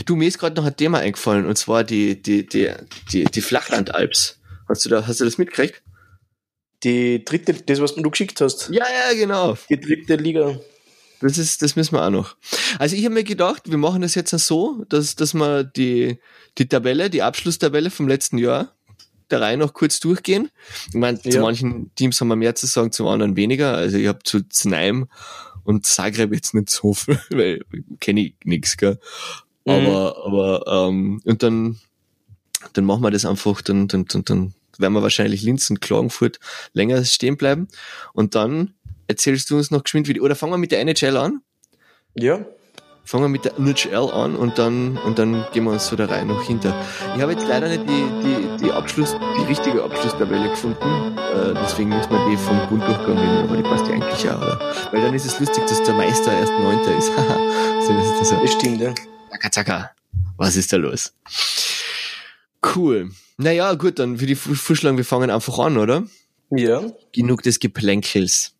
Du, mir ist gerade noch ein Thema eingefallen, und zwar die Flachlandalps. Hast du das mitgekriegt? Die dritte, das, was du geschickt hast. Ja, ja, genau. Die dritte Liga. Das müssen wir auch noch. Also ich habe mir gedacht, wir machen das jetzt so, dass wir die Tabelle, die Abschlusstabelle vom letzten Jahr der Reihe noch kurz durchgehen. Ich meine, zu manchen Teams haben wir mehr zu sagen, zum anderen weniger. Also ich habe zu Znaim und Zagreb jetzt nicht so viel, weil kenne ich nix, gell. Aber und dann machen wir das einfach, dann werden wir wahrscheinlich Linz und Klagenfurt länger stehen bleiben. Und dann erzählst du uns noch geschwind oder fangen wir mit der NHL an? Ja. Fangen wir mit der NHL an und dann gehen wir uns so der Reihe noch hinter. Ich habe jetzt leider nicht die richtige Abschlusstabelle gefunden, deswegen müssen wir die vom Grunddurchgang nehmen, aber die passt ja eigentlich auch, oder? Weil dann ist es lustig, dass der Meister erst 9. ist. Das stimmt, ja. Zaka. Was ist da los? Cool. Naja, gut, dann würde ich vorschlagen, wir fangen einfach an, oder? Ja. Genug des Geplänkels.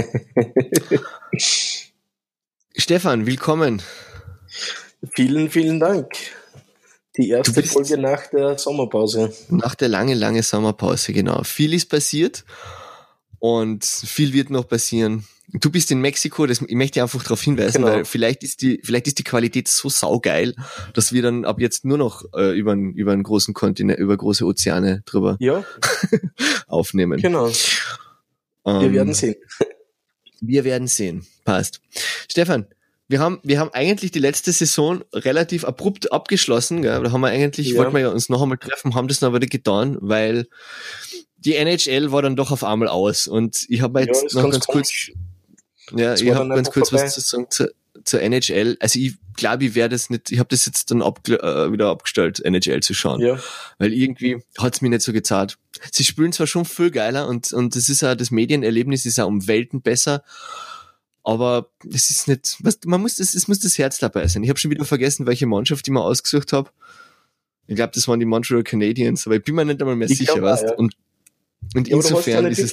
Stefan, willkommen. Vielen, vielen Dank. Die erste Folge nach der Sommerpause. Nach der lange Sommerpause, genau. Viel ist passiert und viel wird noch passieren. Du bist in Mexiko, ich möchte einfach darauf hinweisen, weil vielleicht ist die Qualität so saugeil, dass wir dann ab jetzt nur noch über einen großen Kontinent, über große Ozeane drüber aufnehmen. Genau. Wir werden sehen. Wir werden sehen. Passt. Stefan, wir haben eigentlich die letzte Saison relativ abrupt abgeschlossen. Gell? Da haben wir eigentlich, wollten wir ja uns noch einmal treffen, haben das dann aber nicht getan, weil die NHL war dann doch auf einmal aus. Und ich habe jetzt noch ganz kurz was zu sagen zur NHL. Also ich glaube, ich werde das nicht, ich habe das jetzt dann wieder abgestellt, NHL zu schauen. Ja. Weil irgendwie hat's mich nicht so gezahlt. Sie spielen zwar schon viel geiler und das ist auch, das Medienerlebnis ist auch um Welten besser, aber es ist nicht, es muss das Herz dabei sein. Ich habe schon wieder vergessen, welche Mannschaft ich mal ausgesucht habe. Ich glaube, das waren die Montreal Canadiens, aber ich bin mir nicht einmal mehr sicher, was. Ja. Und insofern ist es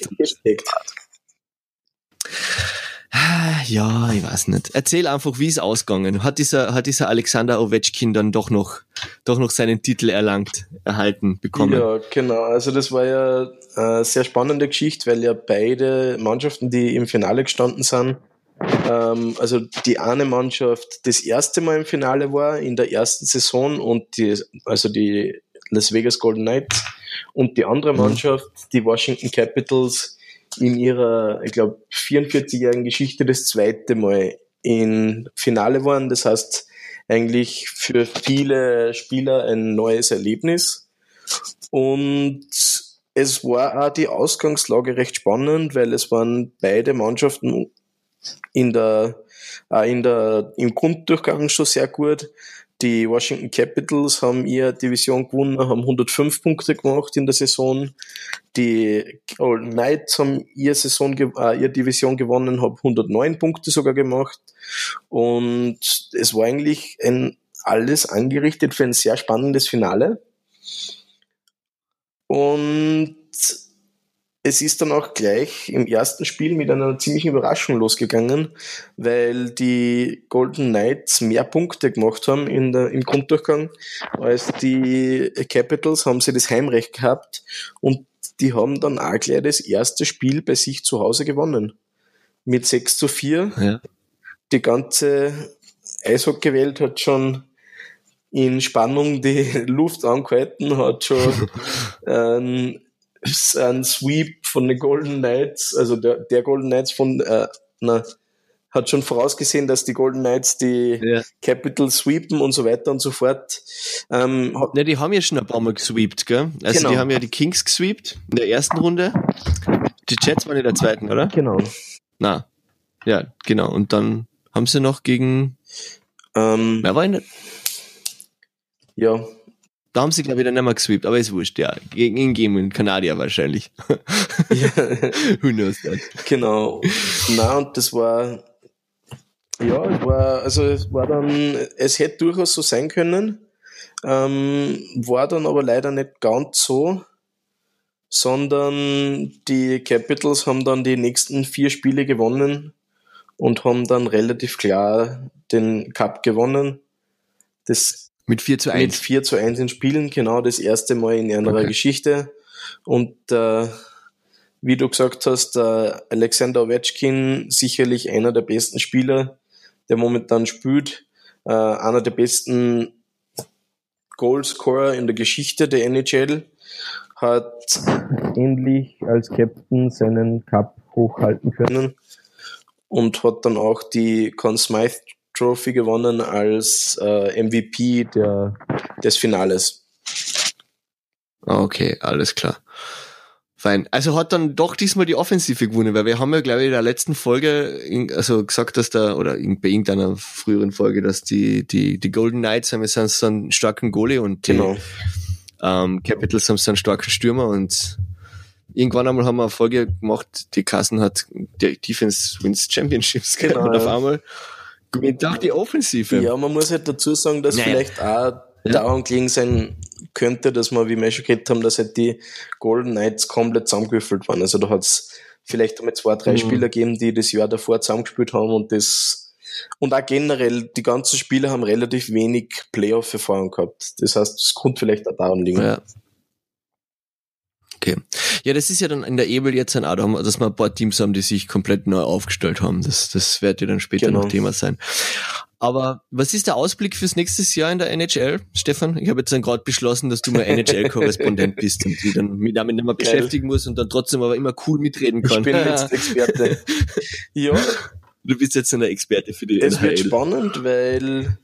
ja, ich weiß nicht. Erzähl einfach, wie es ausgegangen. Hat dieser Alexander Ovechkin dann doch noch seinen Titel erhalten bekommen? Ja, genau. Also das war ja eine sehr spannende Geschichte, weil ja beide Mannschaften, die im Finale gestanden sind, also die eine Mannschaft das erste Mal im Finale war in der ersten Saison und die Las Vegas Golden Knights, und die andere Mannschaft, die Washington Capitals, in ihrer, ich glaube, 44-jährigen Geschichte das zweite Mal im Finale waren. Das heißt, eigentlich für viele Spieler ein neues Erlebnis. Und es war auch die Ausgangslage recht spannend, weil es waren beide Mannschaften im Grunddurchgang schon sehr gut. Die Washington Capitals haben ihre Division gewonnen, haben 105 Punkte gemacht in der Saison. Die Golden Knights haben ihre Division gewonnen, haben 109 Punkte sogar gemacht. Und es war eigentlich alles angerichtet für ein sehr spannendes Finale. Und es ist dann auch gleich im ersten Spiel mit einer ziemlichen Überraschung losgegangen, weil die Golden Knights mehr Punkte gemacht haben im Grunddurchgang als die Capitals, haben sie das Heimrecht gehabt und die haben dann auch gleich das erste Spiel bei sich zu Hause gewonnen. Mit 6:4. Ja. Die ganze Eishockeywelt hat schon in Spannung die Luft angehalten, hat schon ein Sweep von den Golden Knights, also der Golden Knights hat schon vorausgesehen, dass die Golden Knights die Capitals sweepen und so weiter und so fort. Die haben ja schon ein paar Mal gesweept, gell? Also die haben ja die Kings gesweept in der ersten Runde. Die Jets waren in der zweiten, oder? Genau. Ja, genau. Und dann haben sie noch gegen wer war ja. Da haben sie, glaube ich, dann nicht mehr gesweept, aber ist wurscht, ja. Gegen Kanadier wahrscheinlich. Ja. Who knows that? Genau. Und das war, es hätte durchaus so sein können, war dann aber leider nicht ganz so, sondern die Capitals haben dann die nächsten 4 Spiele gewonnen und haben dann relativ klar den Cup gewonnen. Das Mit 4:1. Mit 4:1 in Spielen, genau, das erste Mal in ihrer Geschichte. Und wie du gesagt hast, Alexander Ovechkin, sicherlich einer der besten Spieler, der momentan spielt. Einer der besten Goalscorer in der Geschichte der NHL. Hat endlich als Captain seinen Cup hochhalten können und hat dann auch die Conn Smythe Trophy gewonnen als MVP des Finales. Okay, alles klar. Fein. Also hat dann doch diesmal die Offensive gewonnen, weil wir haben ja, glaube ich, in der letzten Folge gesagt, dass bei irgendeiner früheren Folge, dass die Golden Knights haben so einen starken Goalie und die Capitals haben so einen starken Stürmer und irgendwann einmal haben wir eine Folge gemacht, die Kassen hat, die Defense wins Championships, genau, und auf einmal gewinnt auch die Offensive. Ja, man muss halt dazu sagen, dass vielleicht auch daran gelegen sein könnte, dass wir, wie wir schon geredet haben, dass halt die Golden Knights komplett zusammengewürfelt waren. Also da hat es vielleicht einmal 2-3 Spieler gegeben, die das Jahr davor zusammengespielt haben und auch generell, die ganzen Spieler haben relativ wenig Playoff-Erfahrung gehabt. Das heißt, es könnte vielleicht auch daran liegen. Ja. Okay. Ja, das ist ja dann in der Ebel jetzt auch, dass wir ein paar Teams haben, die sich komplett neu aufgestellt haben. Das wird ja dann später noch Thema sein. Aber was ist der Ausblick fürs nächste Jahr in der NHL, Stefan? Ich habe jetzt dann gerade beschlossen, dass du mal NHL-Korrespondent bist und die dann mit damit nicht mehr beschäftigen muss und dann trotzdem aber immer cool mitreden kann. Ich bin jetzt Experte. Ja. Du bist jetzt ein Experte für die NHL. Es wird spannend, weil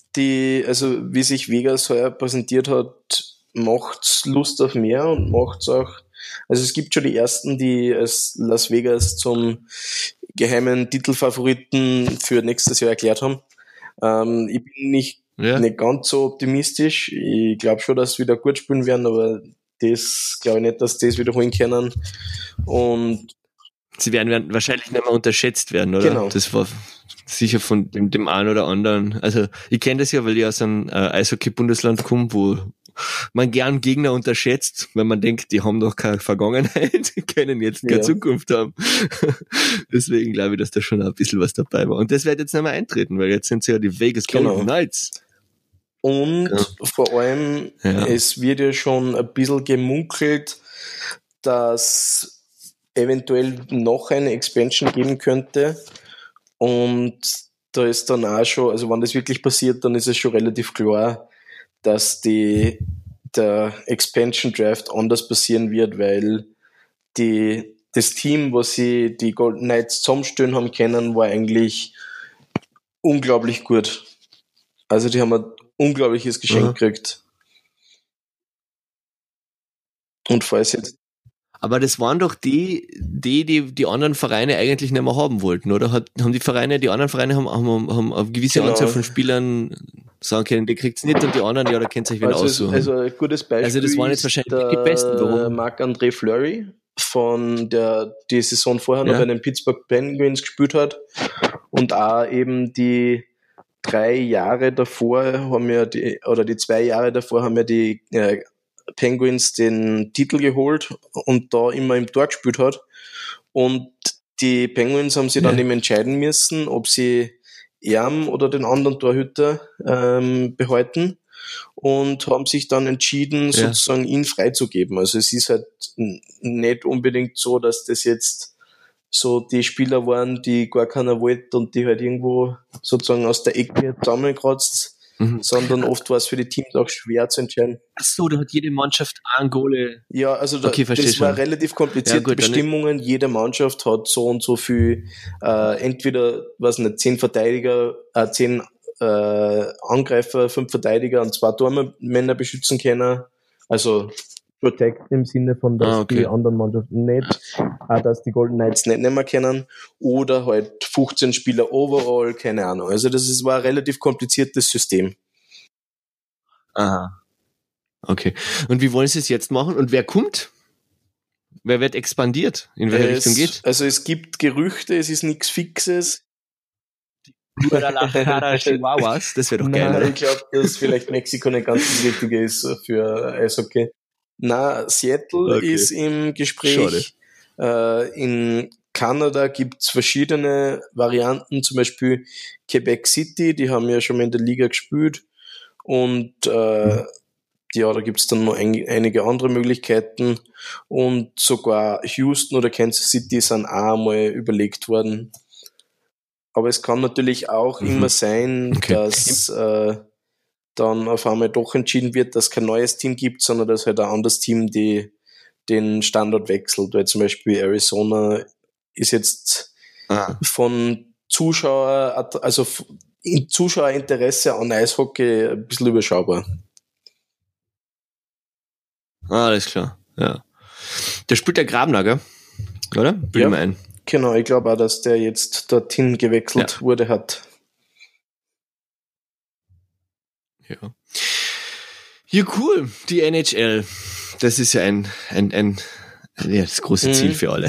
wie sich Vegas heuer präsentiert hat, macht's Lust auf mehr und macht's auch, also es gibt schon die ersten, die als Las Vegas zum geheimen Titelfavoriten für nächstes Jahr erklärt haben. Ich bin nicht ganz so optimistisch. Ich glaube schon, dass sie wieder gut spielen werden, aber das glaube ich nicht, dass sie das wiederholen können. Und sie werden wahrscheinlich nicht mehr unterschätzt werden, oder? Genau. Das war sicher von dem einen oder anderen. Also ich kenne das ja, weil ich aus einem Eishockey-Bundesland komme, wo man gern Gegner unterschätzt, wenn man denkt, die haben doch keine Vergangenheit, können jetzt keine Zukunft haben. Deswegen glaube ich, dass da schon ein bisschen was dabei war. Und das wird jetzt nicht mehr eintreten, weil jetzt sind sie ja die Vegas Golden Knights. Und vor allem, es wird ja schon ein bisschen gemunkelt, dass eventuell noch eine Expansion geben könnte. Und da ist dann auch schon, also wenn das wirklich passiert, dann ist es schon relativ klar, dass der Expansion Draft anders passieren wird, weil das Team, was sie die Golden Knights zusammenstellen haben können, war eigentlich unglaublich gut. Also die haben ein unglaubliches Geschenk gekriegt. Und falls jetzt aber das waren doch die anderen Vereine eigentlich nicht mehr haben wollten, oder? Haben die anderen Vereine haben eine gewisse Anzahl von Spielern sagen können, die kriegt's nicht und die anderen, da kennt ihr euch wieder aussuchen. Also ein gutes Beispiel. Also das waren jetzt wahrscheinlich die besten. Warum? Marc-André Fleury von die Saison vorher noch bei den Pittsburgh Penguins gespielt hat und auch eben die 3 Jahre davor die 2 Jahre davor haben ja die Penguins den Titel geholt und da immer im Tor gespielt hat. Und die Penguins haben sich dann eben entscheiden müssen, ob sie ihn oder den anderen Torhüter behalten und haben sich dann entschieden, sozusagen ihn freizugeben. Also es ist halt nicht unbedingt so, dass das jetzt so die Spieler waren, die gar keiner wollte und die halt irgendwo sozusagen aus der Ecke zusammengekratzt, sondern oft war es für die Teams auch schwer zu entscheiden. Ach so, da hat jede Mannschaft einen Goalie. Ja, also das war relativ komplizierte Bestimmungen. Jede Mannschaft hat so und so viel, entweder, 10 Verteidiger, 10 Angreifer, 5 Verteidiger und 2 Tormänner beschützen können. Also Protect im Sinne von, dass die anderen Mannschaften nicht, auch dass die Golden Knights nicht mehr kennen, oder halt 15 Spieler overall, keine Ahnung. Also war ein relativ kompliziertes System. Aha. Okay. Und wie wollen sie es jetzt machen? Und wer kommt? Wer wird expandiert? In welche Richtung geht? Also es gibt Gerüchte, es ist nichts Fixes. Chihuahuas, das wäre doch geil. Nein, ich glaube, dass vielleicht Mexiko nicht ganz das Richtige ist für Eishockey. Na, Seattle ist im Gespräch. In Kanada gibt's verschiedene Varianten, zum Beispiel Quebec City, die haben ja schon mal in der Liga gespielt. Und ja, da gibt's dann noch einige andere Möglichkeiten und sogar Houston oder Kansas City sind auch einmal überlegt worden. Aber es kann natürlich auch immer sein, dass dann auf einmal doch entschieden wird, dass kein neues Team gibt, sondern dass halt ein anderes Team den Standort wechselt. Weil zum Beispiel Arizona ist jetzt von Zuschauerinteresse an Eishockey ein bisschen überschaubar. Alles klar, ja. Der spielt der Grabner, gell? Oder? Bild ja, mir ein. Genau, ich glaube auch, dass der jetzt dorthin gewechselt wurde hat. Ja. Ja, cool. Die NHL. Das ist ja das große Ziel für alle.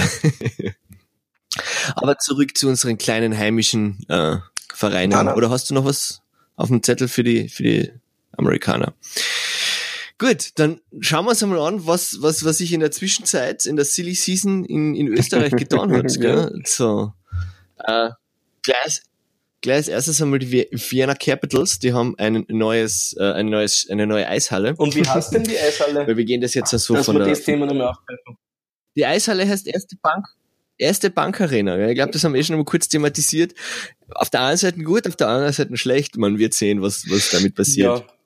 Aber zurück zu unseren kleinen heimischen Vereinen. Oder hast du noch was auf dem Zettel für die Amerikaner? Gut, dann schauen wir uns einmal an, was sich in der Zwischenzeit, in der Silly Season in Österreich getan hat. Gell? So, gleich als erstes einmal die Vienna Capitals, die haben eine neue Eishalle. Und wie heißt denn die Eishalle? Weil wir gehen das jetzt so von der... Das Thema nochmal aufgreifen. Die Eishalle heißt Erste Bank Arena. Ich glaube, das haben wir schon mal kurz thematisiert. Auf der einen Seite gut, auf der anderen Seite schlecht. Man wird sehen, was damit passiert. Ja.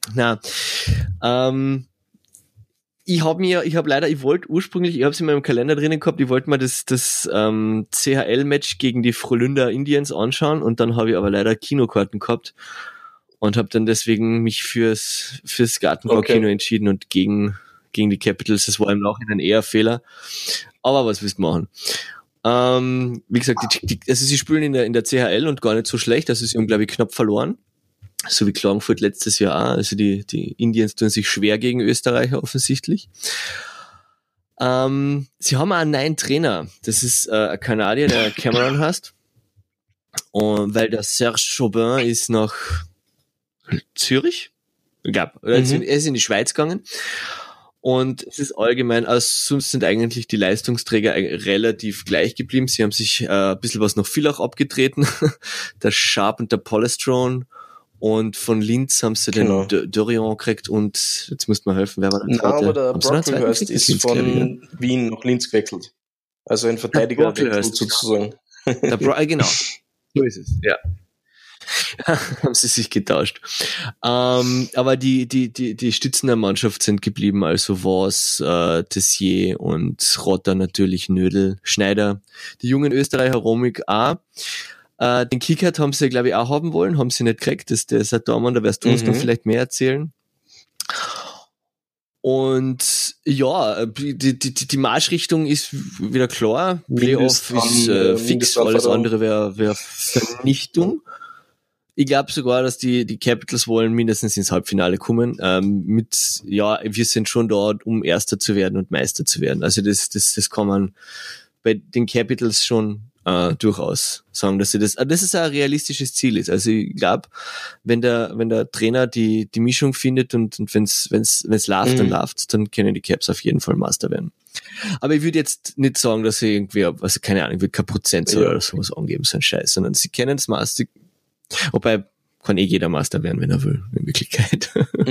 Ich wollte ursprünglich, ich habe es in meinem Kalender drinnen gehabt, ich wollte mir das CHL-Match gegen die Frölunda Indians anschauen und dann habe ich aber leider Kinokarten gehabt und habe dann deswegen mich fürs Gartenbaukino entschieden und gegen die Capitals. Das war im Nachhinein eher ein Fehler. Aber was willst du machen? Wie gesagt, sie spielen in der CHL und gar nicht so schlecht, also sie haben, glaube ich, knapp verloren. So wie Klagenfurt letztes Jahr auch. Also die Indians tun sich schwer gegen Österreicher offensichtlich. Sie haben auch einen neuen Trainer. Das ist ein Kanadier, der Cameron heißt. Und weil der Serge Chauvin ist nach Zürich, ich glaube, er ist in die Schweiz gegangen. Und es ist allgemein, also sonst sind eigentlich die Leistungsträger relativ gleich geblieben. Sie haben sich ein bisschen was nach Villach abgetreten. Der Sharp und der Polestrone. Und von Linz haben sie den Dorion gekriegt und jetzt müsst man helfen, wer war der zweite? Aber der Brocklehurst ist von Wien nach Linz gewechselt. Also ein Verteidiger sozusagen. Genau. So ist es, ja. Haben sie sich getauscht. Aber die Stützen der Mannschaft sind geblieben, also Voss, Tessier und Rotter natürlich, Nödel, Schneider, die jungen Österreicher Romig auch. Den Kickert haben sie, glaube ich, auch haben wollen, haben sie nicht gekriegt. Der ist ein Dormann, da wirst du uns noch vielleicht mehr erzählen. Und ja, die Marschrichtung ist wieder klar. Playoff ist fix, alles andere wäre Vernichtung. Ich glaube sogar, dass die Capitals wollen mindestens ins Halbfinale kommen. Wir sind schon da, um Erster zu werden und Meister zu werden. Also das kann man bei den Capitals schon durchaus sagen, dass das ist ein realistisches Ziel ist. Also ich glaube, wenn der Trainer die Mischung findet und wenn's läuft, dann läuft's, dann können die Caps auf jeden Fall Master werden. Aber ich würde jetzt nicht sagen, dass sie irgendwie, also keine Ahnung, ich würde kein Prozent oder sowas angeben, so ein Scheiß, sondern sie kennen das Master, wobei kann jeder Master werden, wenn er will, in Wirklichkeit.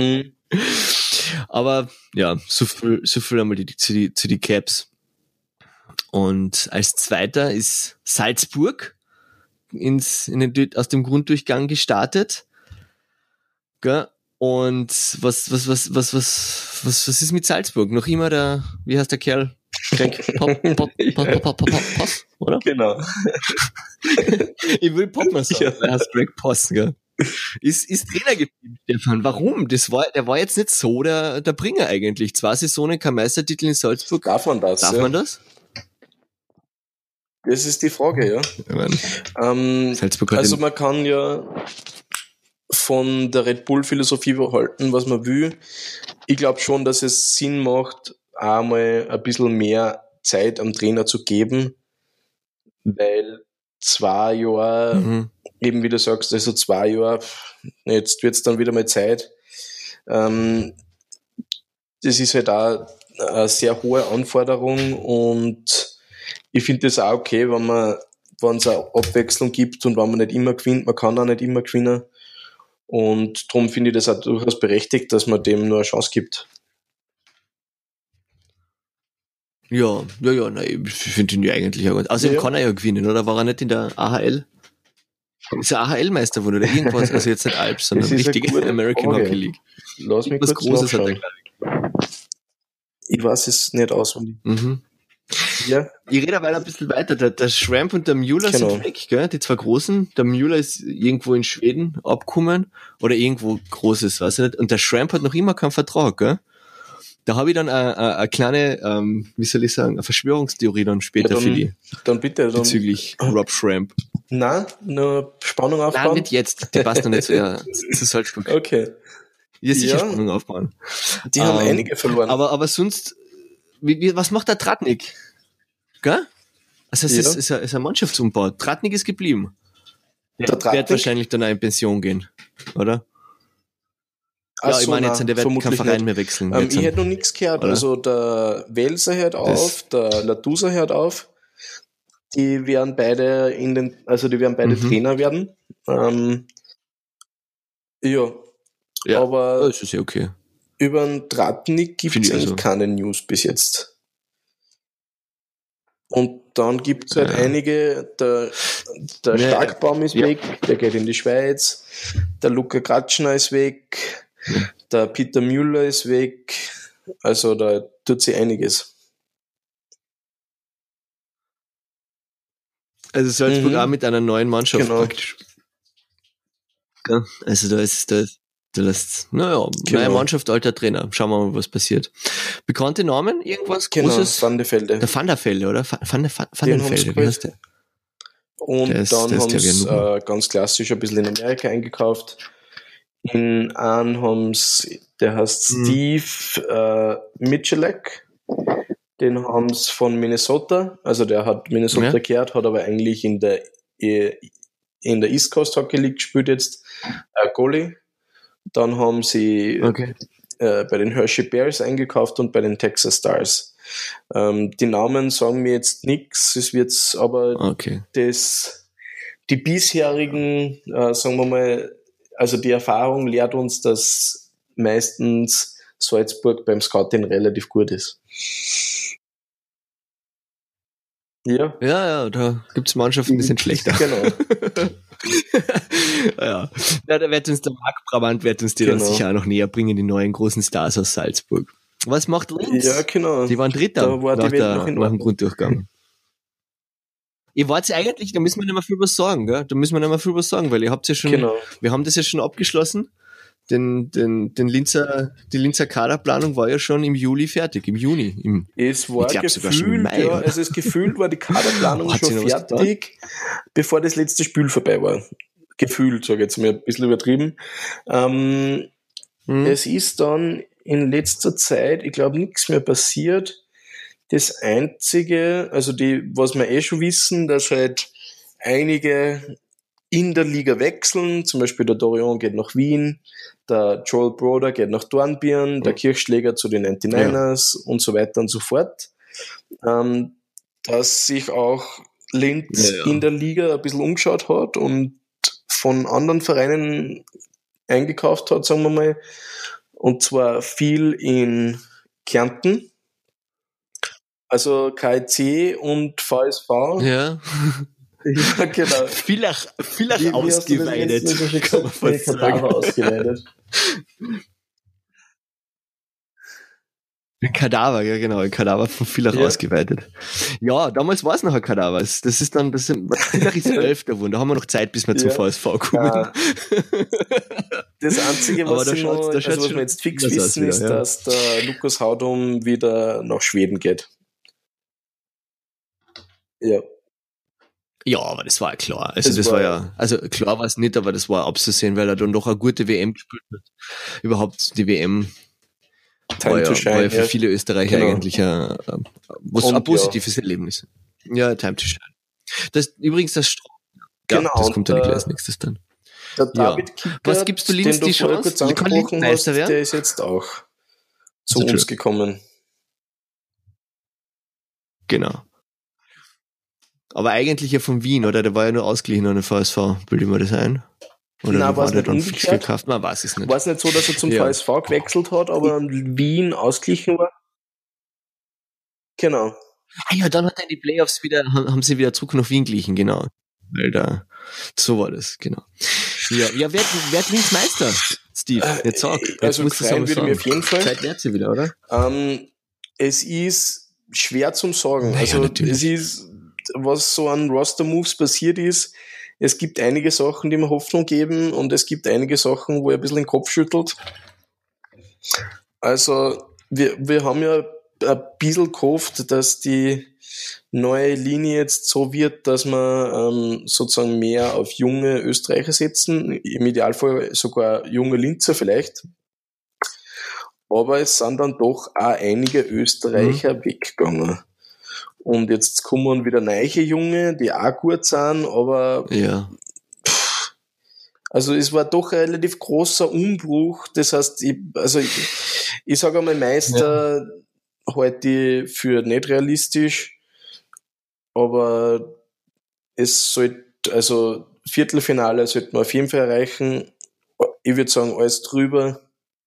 Aber ja, so viel einmal zu die Caps. Und als zweiter ist Salzburg aus dem Grunddurchgang gestartet. Gell? Und was ist mit Salzburg? Noch immer wie heißt der Kerl? Poss, oder? Genau. Ich will Poppner sagen, der heißt Greg Poss, gell? Ist Trainer geblieben, Stefan. Warum? Der war jetzt nicht so der Bringer eigentlich. 2 Saisonen, kein Meistertitel in Salzburg. Darf man das? Darf man das? Das ist die Frage, ja. Also man kann ja von der Red Bull-Philosophie halten, was man will. Ich glaube schon, dass es Sinn macht, einmal ein bisschen mehr Zeit am Trainer zu geben, weil 2 Jahre, eben wie du sagst, also 2 Jahre, jetzt wird es dann wieder mal Zeit. Das ist halt auch eine sehr hohe Anforderung und ich finde das auch okay, wenn es eine Abwechslung gibt und wenn man nicht immer gewinnt, man kann auch nicht immer gewinnen. Und darum finde ich das auch durchaus berechtigt, dass man dem nur eine Chance gibt. Ja, nein, ich finde ihn ja eigentlich auch gut. Außerdem kann er ja gewinnen, oder? War er nicht in der AHL? Ist er AHL-Meister geworden oder irgendwas? Also jetzt nicht Alps, sondern richtig American Hockey League. Lass mich kurz Großes nachschauen. Ich weiß es nicht auswendig. Ja. Ich rede aber ein bisschen weiter. Der Schramp und der Müller sind weg, gell? Die zwei Großen. Der Müller ist irgendwo in Schweden abgekommen oder irgendwo Großes, weiß ich nicht. Und der Schramp hat noch immer keinen Vertrag, gell? Da habe ich dann eine kleine, wie soll ich sagen, eine Verschwörungstheorie dann später für die. Dann bitte. Bezüglich Rob Schramp. Nein, nur Spannung aufbauen? Nein, nicht jetzt. Die passt noch nicht zu Salzburg. Okay. Ja, sicher Spannung aufbauen. Die haben einige verloren. Aber sonst, was macht der Tratnik? Gell? Also es ist ein Mannschaftsumbau. Tratnik ist geblieben. Der wird wahrscheinlich dann auch in Pension gehen, oder? Ja, ich meine jetzt, der wird keinen Verein mehr wechseln. Ich hätte noch nichts gehört. Oder? Also der Welser hört auf, der Latusa hört auf. Die werden beide Trainer werden. Ja, aber das ist ja okay. Über den Tratnik gibt es eigentlich keine News bis jetzt. Und dann gibt es halt einige, der Starkbaum ist weg, der geht in die Schweiz, der Luka Kratschner ist weg, der Peter Müller ist weg, also da tut sich einiges. Also Salzburg auch mit einer neuen Mannschaft praktisch. Ja, also da ist neue Mannschaft, alter Trainer. Schauen wir mal, was passiert. Bekannte Namen? Irgendwas Großes? Van der Velde. Der Van der Velde, oder? Van der Velde, wie heißt der? Und dann haben sie ganz klassisch ein bisschen in Amerika eingekauft. In einen haben sie, der heißt Steve Michalek. Den haben sie von Minnesota. Also der hat Minnesota gehört, hat aber eigentlich in der East Coast Hockey League gespielt jetzt. Goalie. Dann haben sie bei den Hershey Bears eingekauft und bei den Texas Stars. Die Namen sagen mir jetzt nichts, es wird aber die bisherigen, sagen wir mal, also die Erfahrung lehrt uns, dass meistens Salzburg beim Scouting relativ gut ist. Ja, da gibt es Mannschaften, die sind schlechter. Genau. Ja, da wird uns der Marc Brabant dann sicher auch noch näher bringen, die neuen großen Stars aus Salzburg. Was macht Linz? Ja, genau. Die waren Dritter nach dem Grunddurchgang. Ihr wart eigentlich, da müssen wir nicht mehr viel was sagen, gell? Weil ihr habt ja schon, wir haben das ja schon abgeschlossen. Die Linzer Kaderplanung war ja schon im Juli fertig, im Juni. Es war gefühlt, Mai, also es gefühlt war die Kaderplanung schon fertig, bevor das letzte Spiel vorbei war. Gefühlt, sage ich jetzt mal, ein bisschen übertrieben. Es ist dann in letzter Zeit, ich glaube, nichts mehr passiert. Das Einzige, also was wir schon wissen, dass halt einige in der Liga wechseln, zum Beispiel der Dorion geht nach Wien, der Joel Broder geht nach Dornbirn, der Kirchschläger zu den 99ers und so weiter und so fort. Dass sich auch Linz in der Liga ein bisschen umgeschaut hat und von anderen Vereinen eingekauft hat, sagen wir mal. Und zwar viel in Kärnten, also KIC und VSV. Ja. Ja, genau. Villach ausgeweidet. Kann man fast sagen. Ausgeweidet. Ein Kadaver, ja genau, ein Kadaver von Villach ausgeweitet. Ja, damals war es noch ein Kadaver. Villach ist 11. geworden, da haben wir noch Zeit, bis wir zum VSV kommen. Ja. Das Einzige, was wir jetzt fix wissen, ist, dass der Lukas Haudum wieder nach Schweden geht. Ja. Ja, aber das war ja klar. Also klar war es nicht, aber das war abzusehen, weil er dann doch eine gute WM gespielt hat. Überhaupt die WM war ja für viele Österreicher eigentlich ein positives Erlebnis. Ja, Time to Shine. Das übrigens das das kommt dann als nächstes dann. Der David Kickert, was gibst du Linz die Chance? Der ist jetzt auch zu uns gekommen. Genau. Aber eigentlich ja von Wien, oder? Der war ja nur ausgeliehen an den VSV. Bilde ich mir das ein? Oder Nein, war es nicht dann umgekehrt? gekauft? Man weiß es nicht. War es nicht so, dass er zum VSV gewechselt hat, aber in Wien ausgeglichen war? Genau. Ah ja, dann hat er in die Playoffs haben sie wieder zurück nach Wien glichen, genau. Weil so war das, genau. Ja, wer wird Linz Meister, Steve? Jetzt sag. Also freuen würde mich auf jeden Fall. Zeit wird sie wieder, oder? Es ist schwer zum sagen. Naja, also natürlich. Es ist, was so an Roster-Moves passiert ist, es gibt einige Sachen, die mir Hoffnung geben und es gibt einige Sachen, wo er ein bisschen den Kopf schüttelt. Also wir haben ja ein bisschen gehofft, dass die neue Linie jetzt so wird, dass wir sozusagen mehr auf junge Österreicher setzen, im Idealfall sogar junge Linzer vielleicht. Aber es sind dann doch auch einige Österreicher weggegangen. Und jetzt kommen wieder neue Junge, die auch gut sind, aber ja. Also es war doch ein relativ großer Umbruch. Das heißt, ich sage einmal, Meister halte ich für nicht realistisch, aber es sollte, also Viertelfinale sollte man auf jeden Fall erreichen. Ich würde sagen, alles drüber.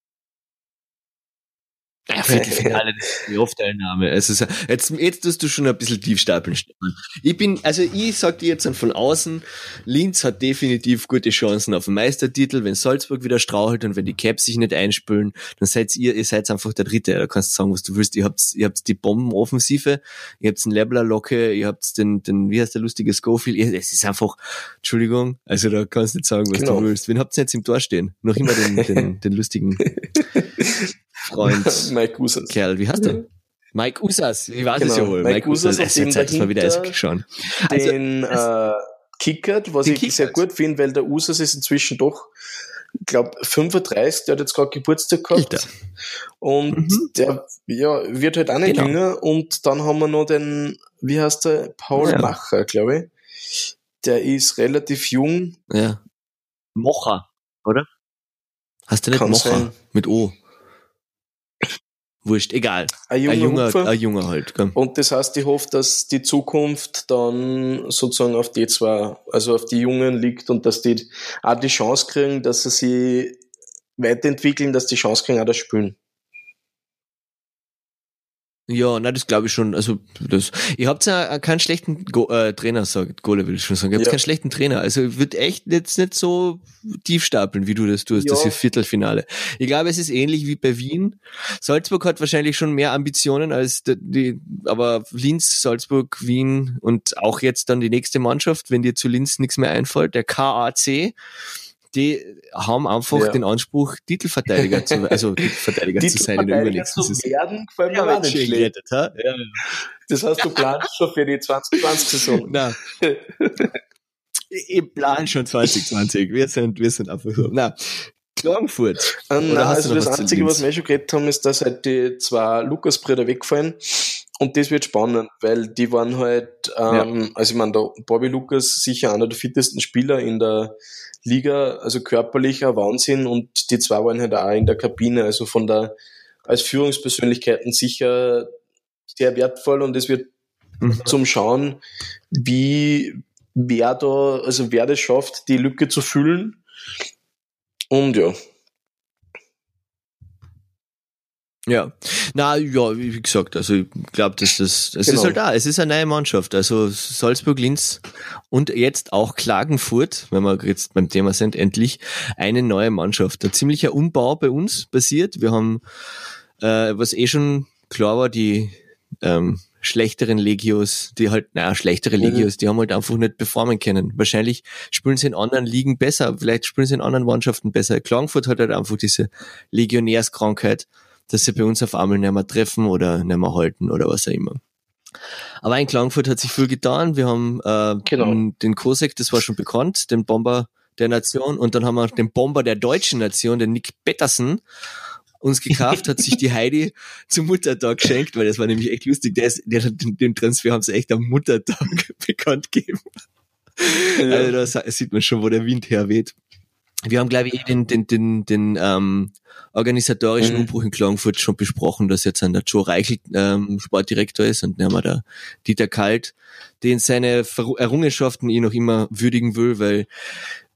Ja, Viertelfinale, das ist die Off-Teilnahme. Also jetzt tust du schon ein bisschen tief stapeln, Stefan. Ich sag dir jetzt von außen, Linz hat definitiv gute Chancen auf den Meistertitel, wenn Salzburg wieder strauchelt und wenn die Caps sich nicht einspülen, dann seid ihr seid einfach der Dritte. Da kannst du sagen, was du willst. Ihr habt die Bombenoffensive, ihr habt den Lebler-Locke, ihr habt den, wie heißt der lustige Schofield, es ist einfach, Entschuldigung, also da kannst du nicht sagen, was du willst. Wen habt ihr jetzt im Tor stehen? Noch immer den lustigen Freund. Mike Usas. Kerl, wie heißt der? Mike Usas, ich weiß es ja wohl. Mike Usas, es wird Zeit, dass wir wieder Eishockey schauen. Den Kickert, was ich sehr gut finde, weil der Usas ist inzwischen doch, ich glaube, 35, der hat jetzt gerade Geburtstag gehabt. Alter. Und der wird halt auch nicht jünger. Und dann haben wir noch den, wie heißt der? Paul Macher, glaube ich. Der ist relativ jung. Ja. Mocher, oder? Hast du nicht Mocher? Sein. Mit O. Wurscht, egal. Ein junger halt. Komm. Und das heißt, ich hoffe, dass die Zukunft dann sozusagen auf die zwei, also auf die Jungen liegt und dass die auch die Chance kriegen, dass sie sich weiterentwickeln, dass die Chance kriegen, auch das Spielen. Ja, das glaube ich schon. Also ihr habt ja keinen schlechten Trainer, Gole will ich schon sagen. Ihr habt keinen schlechten Trainer. Also wird echt jetzt nicht so tief stapeln, wie du das tust, das hier Viertelfinale. Ich glaube, es ist ähnlich wie bei Wien. Salzburg hat wahrscheinlich schon mehr Ambitionen als aber Linz, Salzburg, Wien und auch jetzt dann die nächste Mannschaft, wenn dir zu Linz nichts mehr einfällt, der KAC. Die haben einfach den Anspruch, Titelverteidiger zu sein in der übernächsten Saison. Werden, gefällt mir auch nicht schlecht. Ja. Das heißt, du planst schon für die 2020-Saison. Nein. Ich plan schon 2020. Wir sind einfach so. Na, Klagenfurt. Also das Einzige, was wir schon geredet haben, ist, dass halt die zwei Lukas-Brüder wegfallen. Und das wird spannend, weil die waren halt, also ich meine, der Bobby Lukas sicher einer der fittesten Spieler in der Liga, also körperlicher Wahnsinn, und die zwei waren halt auch in der Kabine, also als Führungspersönlichkeiten sicher sehr wertvoll, und es wird zum Schauen, wer das schafft, die Lücke zu füllen. Und ja, wie gesagt, also ich glaube, dass es ist halt da, es ist eine neue Mannschaft, also Salzburg, Linz und jetzt auch Klagenfurt, wenn wir jetzt beim Thema sind, endlich eine neue Mannschaft. Ein ziemlicher Umbau bei uns passiert. Wir haben, was schon klar war, die schlechtere Legios, die haben halt einfach nicht performen können. Wahrscheinlich spielen sie in anderen Ligen besser, vielleicht spielen sie in anderen Mannschaften besser. Klagenfurt hat halt einfach diese Legionärskrankheit, dass sie bei uns auf einmal nicht mehr treffen oder nicht mehr halten oder was auch immer. Aber in Klagenfurt hat sich viel getan. Wir haben den Kosek, das war schon bekannt, den Bomber der Nation, und dann haben wir den Bomber der deutschen Nation, den Nick Pettersen, uns gekauft, hat sich die Heidi zum Muttertag geschenkt, weil das war nämlich echt lustig. Den Transfer haben sie echt am Muttertag bekannt gegeben. Ja. Also da sieht man schon, wo der Wind herweht. Wir haben, glaube ich, den organisatorischen Umbruch in Klagenfurt schon besprochen, dass jetzt der Joe Reichel Sportdirektor ist, und dann haben wir da Dieter Kalt, den seine Errungenschaften ich noch immer würdigen will, weil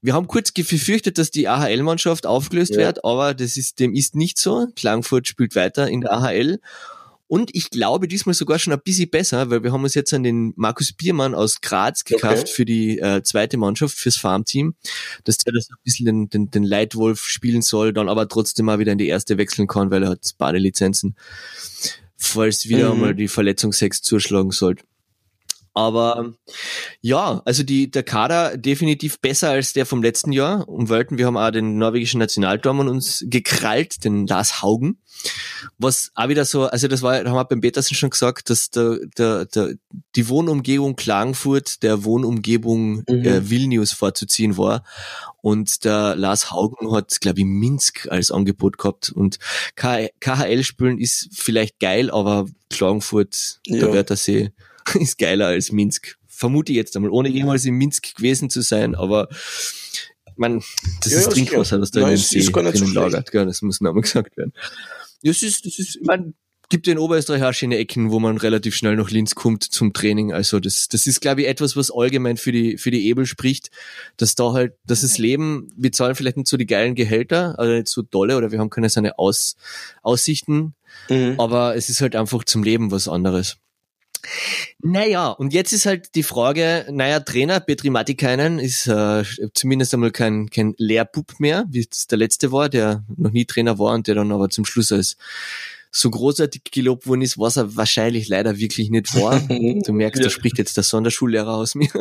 Wir haben kurz befürchtet, dass die AHL-Mannschaft aufgelöst wird, aber dem ist nicht so. Klagenfurt spielt weiter in der AHL. Und ich glaube diesmal sogar schon ein bisschen besser, weil wir haben uns jetzt an den Markus Biermann aus Graz gekauft für die zweite Mannschaft, fürs Farmteam, dass der das ein bisschen den Leitwolf spielen soll, dann aber trotzdem mal wieder in die erste wechseln kann, weil er hat Badelizenzen, falls wieder einmal die Verletzungshex zuschlagen sollte. Aber ja, also der Kader definitiv besser als der vom letzten Jahr. Und wir haben auch den norwegischen Nationaltormann uns gekrallt, den Lars Haugen. Was auch wieder so, also da haben wir beim Petersen schon gesagt, dass die Wohnumgebung Klagenfurt der Wohnumgebung Vilnius vorzuziehen war. Und der Lars Haugen hat, glaube ich, Minsk als Angebot gehabt. Und KHL spielen ist vielleicht geil, aber Klagenfurt, der Wörthersee, ist geiler als Minsk. Vermute ich jetzt einmal, ohne jemals in Minsk gewesen zu sein, aber das ist Trinkwasser, das da in den See drinnen lagert. Gell, das muss nochmal gesagt werden. Das ist, gibt in Oberösterreich auch schöne Ecken, wo man relativ schnell nach Linz kommt zum Training. Also das ist, glaube ich, etwas, was allgemein für die Ebel spricht, dass da halt, dass das Leben, wir zahlen vielleicht nicht so die geilen Gehälter, also nicht so dolle, oder wir haben keine seine Aussichten, aber es ist halt einfach zum Leben was anderes. Naja, und jetzt ist halt die Frage, Trainer, Petri Matikainen ist zumindest einmal kein Lehrbub mehr, wie es der letzte war, der noch nie Trainer war und der dann aber zum Schluss als so großartig gelobt worden ist, was er wahrscheinlich leider wirklich nicht war. Du merkst, da spricht jetzt der Sonderschullehrer aus mir.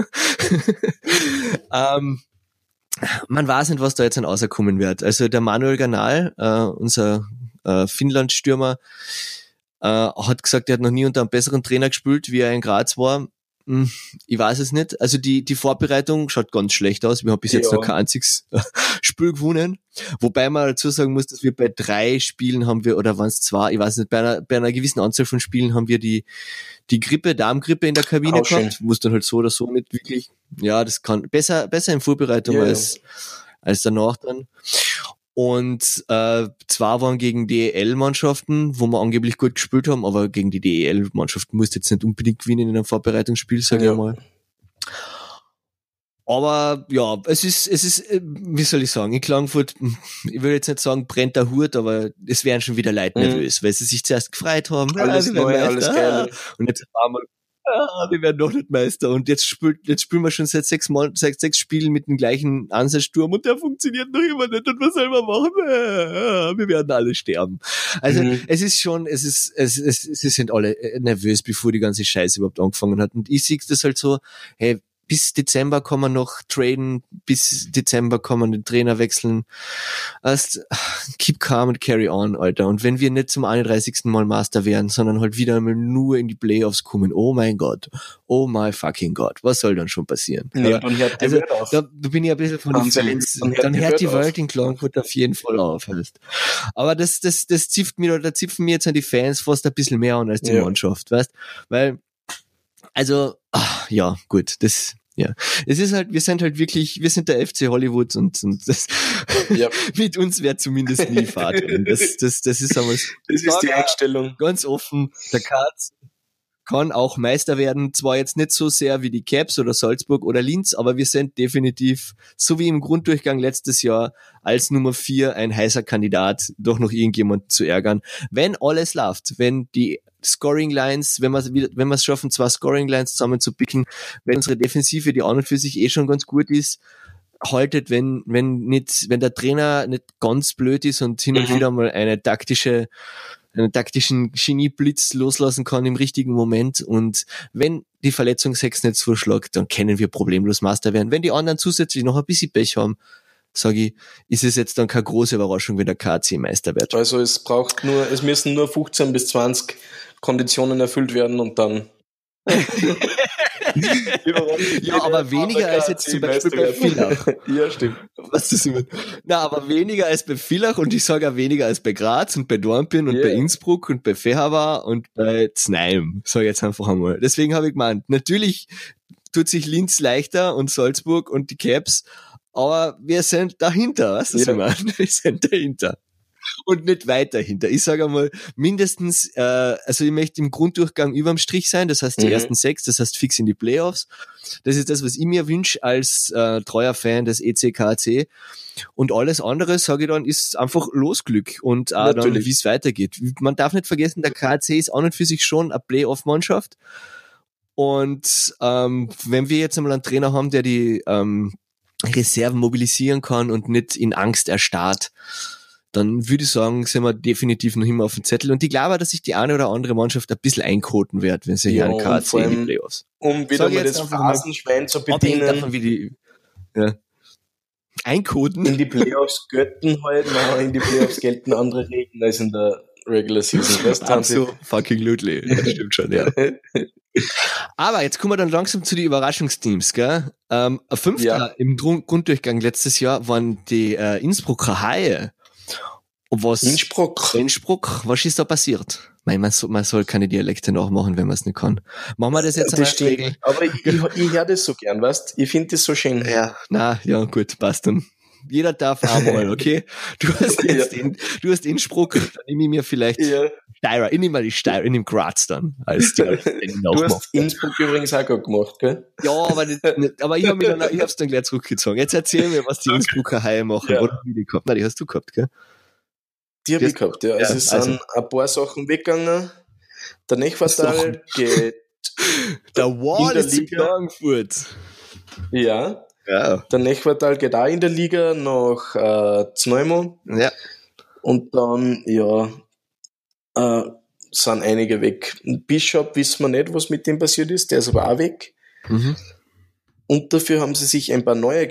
Man weiß nicht, was da jetzt rauskommen wird. Also der Manuel Ganal, unser Finnland-Stürmer, hat gesagt, er hat noch nie unter einem besseren Trainer gespielt, wie er in Graz war. Ich weiß es nicht. Also die Vorbereitung schaut ganz schlecht aus. Wir haben bis jetzt noch kein einziges Spiel gewonnen. Wobei man dazu sagen muss, dass wir bei 3 Spielen haben wir, oder waren es 2, ich weiß nicht, bei einer gewissen Anzahl von Spielen haben wir die Grippe, Darmgrippe in der Kabine gehabt, wo es dann halt so oder so nicht wirklich, das kann besser in Vorbereitung als danach dann. Und 2 waren gegen DEL-Mannschaften, wo wir angeblich gut gespielt haben, aber gegen die DEL-Mannschaften musst du jetzt nicht unbedingt gewinnen in einem Vorbereitungsspiel, sage ich mal. Aber ja, es ist, wie soll ich sagen, in Klagenfurt, ich will jetzt nicht sagen, brennt der Hut, aber es wären schon wieder Leute nervös, weil sie sich zuerst gefreut haben. Alles neu, alles geil. Und jetzt einmal, wir werden noch nicht Meister. Und jetzt spielen wir schon seit 6 Spielen mit dem gleichen Ansatzsturm und der funktioniert noch immer nicht. Und was soll man machen? Wir werden alle sterben. Also es ist schon, es sind alle nervös, bevor die ganze Scheiße überhaupt angefangen hat. Und ich sehe das halt so, hey, bis Dezember kann man noch traden, bis Dezember kann man den Trainer wechseln. Keep calm and carry on, Alter. Und wenn wir nicht zum 31. Mal Master werden, sondern halt wieder einmal nur in die Playoffs kommen, oh mein Gott, oh my fucking Gott, was soll dann schon passieren? Ja, dann hört die Welt auf. Da bin ich ein bisschen von den Fans. Dann hört die Welt in Klagenfurt auf jeden Fall auf. Aber das zipfen mir jetzt an die Fans fast ein bisschen mehr an als die Mannschaft, weißt? Weil, also, ja, gut, es ist halt, wir sind der FC Hollywood und das, mit uns wird zumindest nie Fahrt. Das ist aber, das ist die Einstellung. Ganz offen, der Katz kann auch Meister werden, zwar jetzt nicht so sehr wie die Caps oder Salzburg oder Linz, aber wir sind definitiv, so wie im Grunddurchgang letztes Jahr, als Nummer 4 ein heißer Kandidat, doch noch irgendjemand zu ärgern. Wenn alles läuft, wenn die Scoring Lines, wenn wir es schaffen, 2 Scoring Lines zusammen zu picken, wenn unsere Defensive, die an und für sich schon ganz gut ist, haltet, wenn der Trainer nicht ganz blöd ist und hin und wieder mal einen taktischen Genieblitz loslassen kann im richtigen Moment, und wenn die Verletzungshex nicht zuschlägt, dann können wir problemlos Master werden. Wenn die anderen zusätzlich noch ein bisschen Pech haben, sage ich, ist es jetzt dann keine große Überraschung, wenn der KC Meister wird. Also es müssen nur 15 bis 20 Konditionen erfüllt werden und dann ja, aber weniger als jetzt zum Beispiel bei Villach. Ja, stimmt. Aber weniger als bei Villach, und ich sage auch weniger als bei Graz und bei Dornbirn und bei Innsbruck und bei Feherwa und bei Znaim, sage ich jetzt einfach einmal. Deswegen habe ich gemeint, natürlich tut sich Linz leichter und Salzburg und die Caps, aber wir sind dahinter, weißt du, was ich meine? Wir sind dahinter. und nicht weiter hinter. Ich sage einmal, mindestens, also ich möchte im Grunddurchgang überm Strich sein, das heißt die ersten 6, das heißt fix in die Playoffs. Das ist das, was ich mir wünsche als treuer Fan des ECKC. Und alles andere, sage ich dann, ist einfach Losglück und auch dann, wie es weitergeht. Man darf nicht vergessen, der KAC ist auch nicht für sich schon eine Playoff-Mannschaft. Und wenn wir jetzt einmal einen Trainer haben, der die Reserven mobilisieren kann und nicht in Angst erstarrt, dann würde ich sagen, sind wir definitiv noch immer auf dem Zettel. Und ich glaube, dass sich die eine oder andere Mannschaft ein bisschen einkoten wird, wenn sie hier einen KAC in die Playoffs. Um wieder mal das Phrasenschwein zu bedienen. Davon, wie die, ja. Einkoden? In die Playoffs gelten halt, nein, in die Playoffs gelten andere Regeln als in der Regular Season. Das haben so fucking Ludley. Das stimmt schon, ja. Aber jetzt kommen wir dann langsam zu den Überraschungsteams, gell? Ein Fünfter im Grunddurchgang letztes Jahr waren die Innsbrucker Haie. Und Innsbruck, was ist da passiert? Man soll keine Dialekte nachmachen, wenn man es nicht kann. Machen wir das jetzt das stimmt. Aber ich höre das so gern, weißt? Ich finde das so schön. Ja, gut, passt dann. Jeder darf einmal, okay? Du hast jetzt du hast Innsbruck, dann nehme ich mir vielleicht Steirer. Ich nehme mal die Steirer, ich nehme Graz dann als Dialekt. Du hast Innsbruck übrigens auch gut gemacht, gell? Ja, aber ich hab's dann gleich zurückgezogen. Jetzt erzähl mir, was die Innsbrucker Haie machen. Oder wie die gehabt? Nein, die hast du gehabt, gell? Die habe ich gehabt, ja. Also es sind ein paar Sachen weggegangen. Der Nechwartal geht. Der Wall ist in Klagenfurt. Ja. Der Nechwartal geht auch in der Liga nach Zneumo. Ja. Und dann, sind einige weg. Bishop wissen wir nicht, was mit dem passiert ist. Der ist aber auch weg. Mhm. Und dafür haben sie sich ein paar neue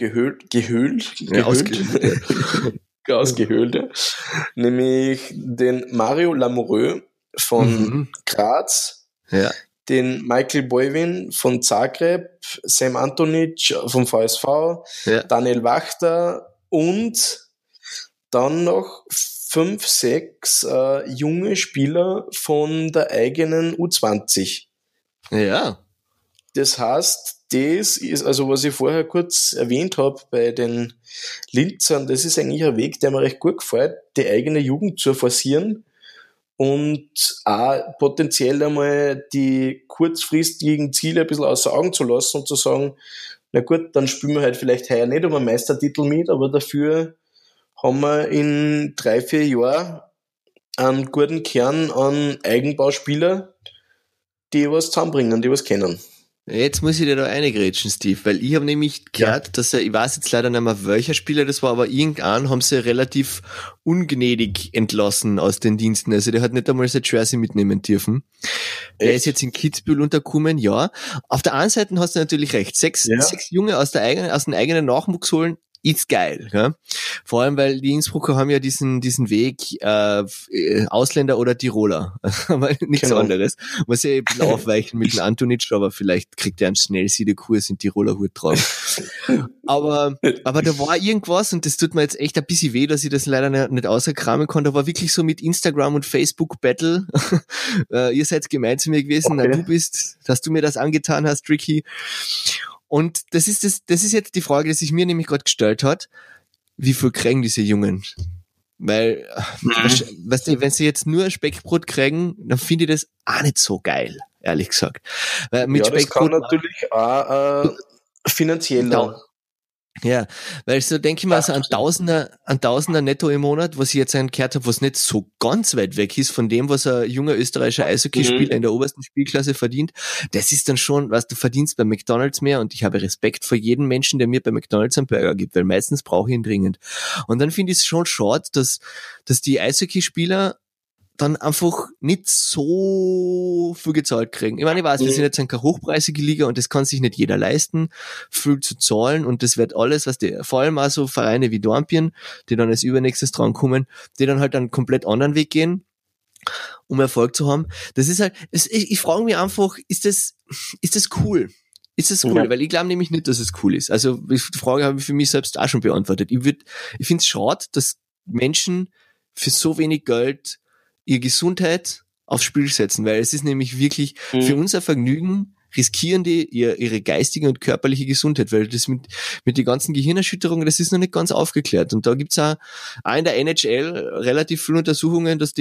ausgehöhlt, ja. Nämlich den Mario Lamoureux von Graz, den Michael Boivin von Zagreb, Sam Antonic vom VSV, Daniel Wachter und dann noch 5, 6 junge Spieler von der eigenen U20. Ja. Das heißt, das ist, also was ich vorher kurz erwähnt habe bei den Linzern, das ist eigentlich ein Weg, der mir recht gut gefällt, die eigene Jugend zu forcieren und auch potenziell einmal die kurzfristigen Ziele ein bisschen außer Augen zu lassen und zu sagen, na gut, dann spielen wir halt vielleicht heuer nicht um einen Meistertitel mit, aber dafür haben wir in 3, 4 Jahren einen guten Kern an Eigenbauspieler, die was zusammenbringen, die was kennen. Jetzt muss ich dir da reingrätschen, Steve, weil ich habe nämlich gehört, dass ich weiß jetzt leider nicht mehr, welcher Spieler das war, aber irgendeinen haben sie relativ ungnädig entlassen aus den Diensten. Also der hat nicht einmal sein Jersey mitnehmen dürfen. Er ist jetzt in Kitzbühel untergekommen, ja. Auf der einen Seite hast du natürlich recht. 6 Junge aus dem eigenen Nachwuchs holen, ist geil, ja. Vor allem, weil die Innsbrucker haben ja diesen Weg, Ausländer oder Tiroler. Aber nichts anderes. Muss ja ein bisschen aufweichen mit dem Antonic, aber vielleicht kriegt er einen Schnellsiedekurs in Tiroler Hut drauf. aber da war irgendwas, und das tut mir jetzt echt ein bisschen weh, dass ich das leider nicht außerkramen kann. Da war wirklich so mit Instagram und Facebook Battle. Ihr seid gemein zu mir gewesen. Okay. Na, dass du mir das angetan hast, Ricky. Und das ist jetzt die Frage, die sich mir nämlich gerade gestellt hat. Wie viel kriegen diese Jungen? Weil, weißt du, wenn sie jetzt nur Speckbrot kriegen, dann finde ich das auch nicht so geil, ehrlich gesagt. Weil mit Speckbrot das kann natürlich auch finanzieller. Ja, weil so denke ich mal, so ein Tausender netto im Monat, was ich jetzt gehört habe, was nicht so ganz weit weg ist von dem, was ein junger österreichischer Eishockeyspieler in der obersten Spielklasse verdient, das ist dann schon, was du verdienst bei McDonald's mehr, und ich habe Respekt vor jedem Menschen, der mir bei McDonald's einen Burger gibt, weil meistens brauche ich ihn dringend. Und dann finde ich es schon schade, dass die Eishockeyspieler dann einfach nicht so viel gezahlt kriegen. Ich meine, ich weiß, wir sind jetzt keine hochpreisige Liga und das kann sich nicht jeder leisten, viel zu zahlen, und das wird alles, was vor allem auch so Vereine wie Dornbirn, die dann als übernächstes drankommen, die dann halt einen komplett anderen Weg gehen, um Erfolg zu haben. Das ist halt, ich frage mich einfach, ist das cool? Ist das cool? Ja. Weil ich glaube nämlich nicht, dass es cool ist. Also die Frage habe ich für mich selbst auch schon beantwortet. Ich finde es schade, dass Menschen für so wenig Geld ihre Gesundheit aufs Spiel setzen, weil es ist nämlich wirklich für unser Vergnügen riskieren die ihre geistige und körperliche Gesundheit, weil das mit den ganzen Gehirnerschütterungen, das ist noch nicht ganz aufgeklärt. Und da gibt's auch in der NHL relativ viele Untersuchungen, dass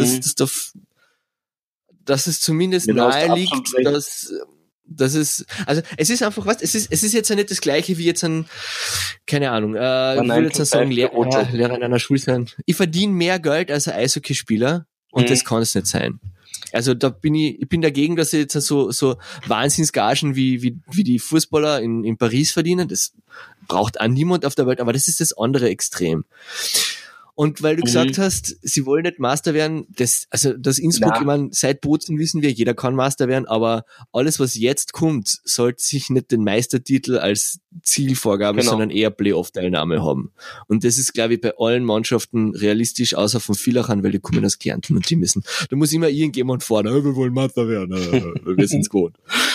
es zumindest nahe liegt, dass es, also es ist einfach was, es ist jetzt ja nicht das Gleiche wie jetzt keine Ahnung, ich will jetzt sagen, Lehrer in einer Schule sein. Ich verdiene mehr Geld als ein Eishockeyspieler und das kann es nicht sein. Also da ich bin dagegen, dass sie jetzt so Wahnsinnsgagen wie die Fußballer in Paris verdienen. Das braucht auch niemand auf der Welt, aber das ist das andere Extrem. Und weil du gesagt hast, sie wollen nicht Master werden, das Innsbruck, ich meine, seit Bozen wissen wir, jeder kann Master werden, aber alles, was jetzt kommt, sollte sich nicht den Meistertitel als Zielvorgabe, sondern eher Playoff-Teilnahme haben. Und das ist, glaube ich, bei allen Mannschaften realistisch, außer von Villachern, weil die kommen aus Kärnten und da muss immer irgendjemand fordern, wir wollen Master werden, wir sind's gewohnt.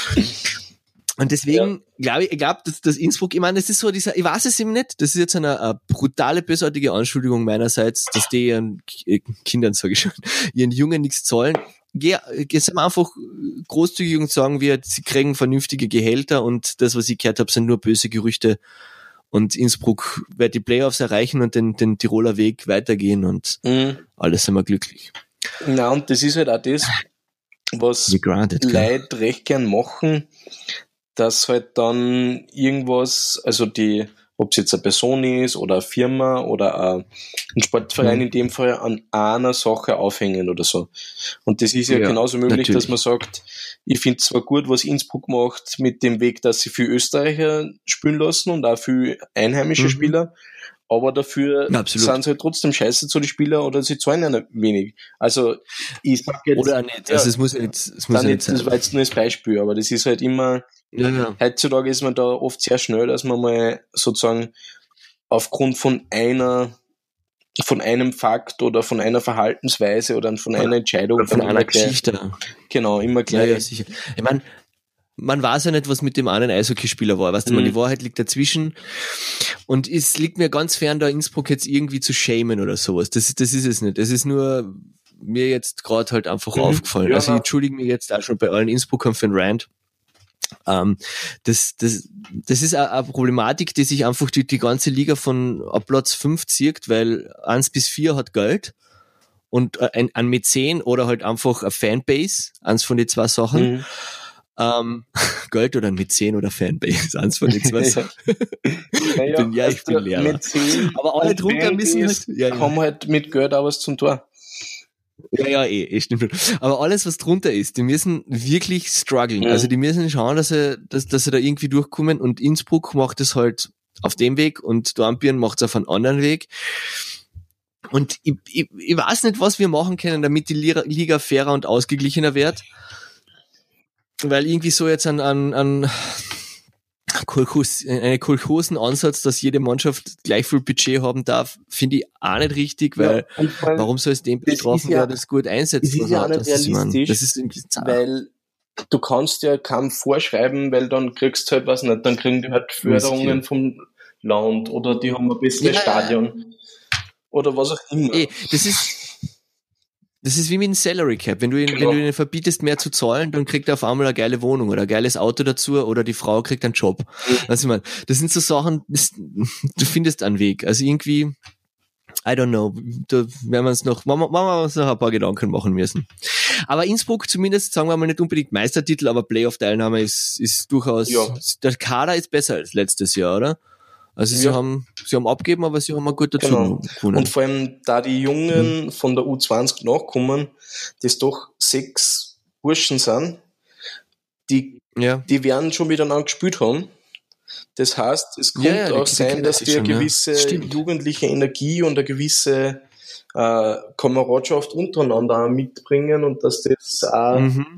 Und deswegen glaube ich, dass das Innsbruck, ich meine, das ist so ich weiß es eben nicht, das ist jetzt eine brutale, bösartige Anschuldigung meinerseits, dass die ihren Kindern, sage ich schon, ihren Jungen nichts zahlen. Jetzt sind wir einfach großzügig und sagen sie kriegen vernünftige Gehälter und das, was ich gehört habe, sind nur böse Gerüchte. Und Innsbruck wird die Playoffs erreichen und den Tiroler Weg weitergehen und alles sind wir glücklich. Na, und das ist halt auch das, was Leute recht gern machen, dass halt dann irgendwas, also ob es jetzt eine Person ist oder eine Firma oder ein Sportverein in dem Fall, an einer Sache aufhängen oder so. Und das ist ja genauso möglich, natürlich, dass man sagt, ich finde zwar gut, was Innsbruck macht mit dem Weg, dass sie viel Österreicher spielen lassen und auch viel einheimische Spieler, aber dafür sind sie halt trotzdem scheiße zu den Spielern oder sie zahlen ja wenig. Also ich sag jetzt... Oder nicht, also es muss nicht sein. Das war jetzt nur das Beispiel, aber das ist halt immer... Heutzutage ist man da oft sehr schnell, dass man mal sozusagen aufgrund von einem Fakt oder von einer Verhaltensweise oder von einer Entscheidung oder von einer Geschichte. Genau, immer gleich. Ja, sicher. Ich meine, man weiß ja nicht, was mit dem einen Eishockeyspieler war. Weißt du, die Wahrheit liegt dazwischen. Und es liegt mir ganz fern, da Innsbruck jetzt irgendwie zu shamen oder sowas. Das ist es nicht. Es ist nur mir jetzt gerade halt einfach aufgefallen. Ja. Also ich entschuldige mich jetzt auch schon bei allen Innsbruckern für den Rant. Das ist eine Problematik, die sich einfach die ganze Liga von Platz 5 zieht, weil 1 bis 4 hat Geld und ein Mäzen oder halt einfach eine Fanbase, eins von den zwei Sachen. Geld oder ein Mäzen oder Fanbase, eins von den zwei Sachen. Ich bin Lehrer. Mäzen, aber alle drunter müssen halt, kommen halt mit Geld auch was zum Tor. Ja, stimmt. Aber alles, was drunter ist, die müssen wirklich strugglen. Also die müssen schauen, dass sie da irgendwie durchkommen, und Innsbruck macht es halt auf dem Weg und Dornbirn macht es auf einem anderen Weg. Und ich weiß nicht, was wir machen können, damit die Liga fairer und ausgeglichener wird. Weil irgendwie so jetzt einen Kolchosenansatz, dass jede Mannschaft gleich viel Budget haben darf, finde ich auch nicht richtig, weil warum soll es dem betroffen, der das gut einsetzt? Das ist ja auch nicht realistisch, das ist irgendwie weil du kannst ja kaum vorschreiben, weil dann kriegst du halt, was nicht, dann kriegen die halt Förderungen vom Land oder die haben ein besseres Stadion oder was auch immer. Das ist wie mit dem Salary Cap. Wenn du ihnen verbietest, mehr zu zahlen, dann kriegt er auf einmal eine geile Wohnung oder ein geiles Auto dazu oder die Frau kriegt einen Job. Also ich meine, das sind so Sachen, du findest einen Weg. Also irgendwie, I don't know, da werden wir uns noch ein paar Gedanken machen müssen. Aber Innsbruck zumindest, sagen wir mal, nicht unbedingt Meistertitel, aber Playoff-Teilnahme ist durchaus, der Kader ist besser als letztes Jahr, oder? Also sie haben abgegeben, aber sie haben auch gut dazu gewonnen. Und vor allem, da die Jungen von der U20 nachkommen, das doch 6 Burschen sind, die werden schon miteinander gespielt haben. Das heißt, es könnte auch sein, dass die eine gewisse jugendliche Energie und eine gewisse Kameradschaft untereinander mitbringen und dass das auch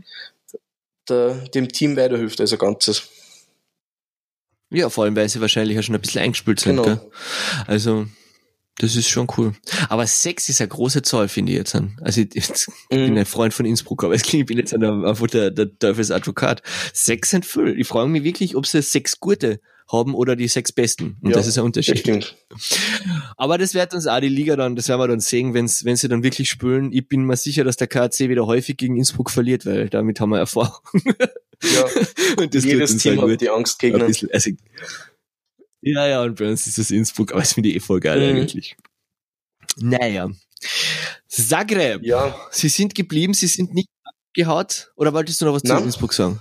dem Team weiterhilft als ein Ganzes. Ja, vor allem, weil sie wahrscheinlich ja schon ein bisschen eingespielt sind. Gell? Also, das ist schon cool. Aber 6 ist eine große Zahl, finde ich jetzt. Also, ich bin ein Freund von Innsbruck, aber ich bin jetzt einfach der Teufelsadvokat. 6 sind viel. Ich frage mich wirklich, ob sie 6 gute haben oder die 6 besten. Und das ist ein Unterschied. Stimmt. Aber das wird uns auch die Liga dann, das werden wir dann sehen, wenn sie dann wirklich spielen. Ich bin mir sicher, dass der KAC wieder häufig gegen Innsbruck verliert, weil damit haben wir Erfahrung. Ja. Und das Jedes Team hat die Angstgegner. Also, ja, und bei uns ist das Innsbruck, aber das finde ich voll geil eigentlich. Naja. Zagreb. Ja. Sie sind geblieben, sie sind nicht abgehaut. Oder wolltest du noch was zu Innsbruck sagen?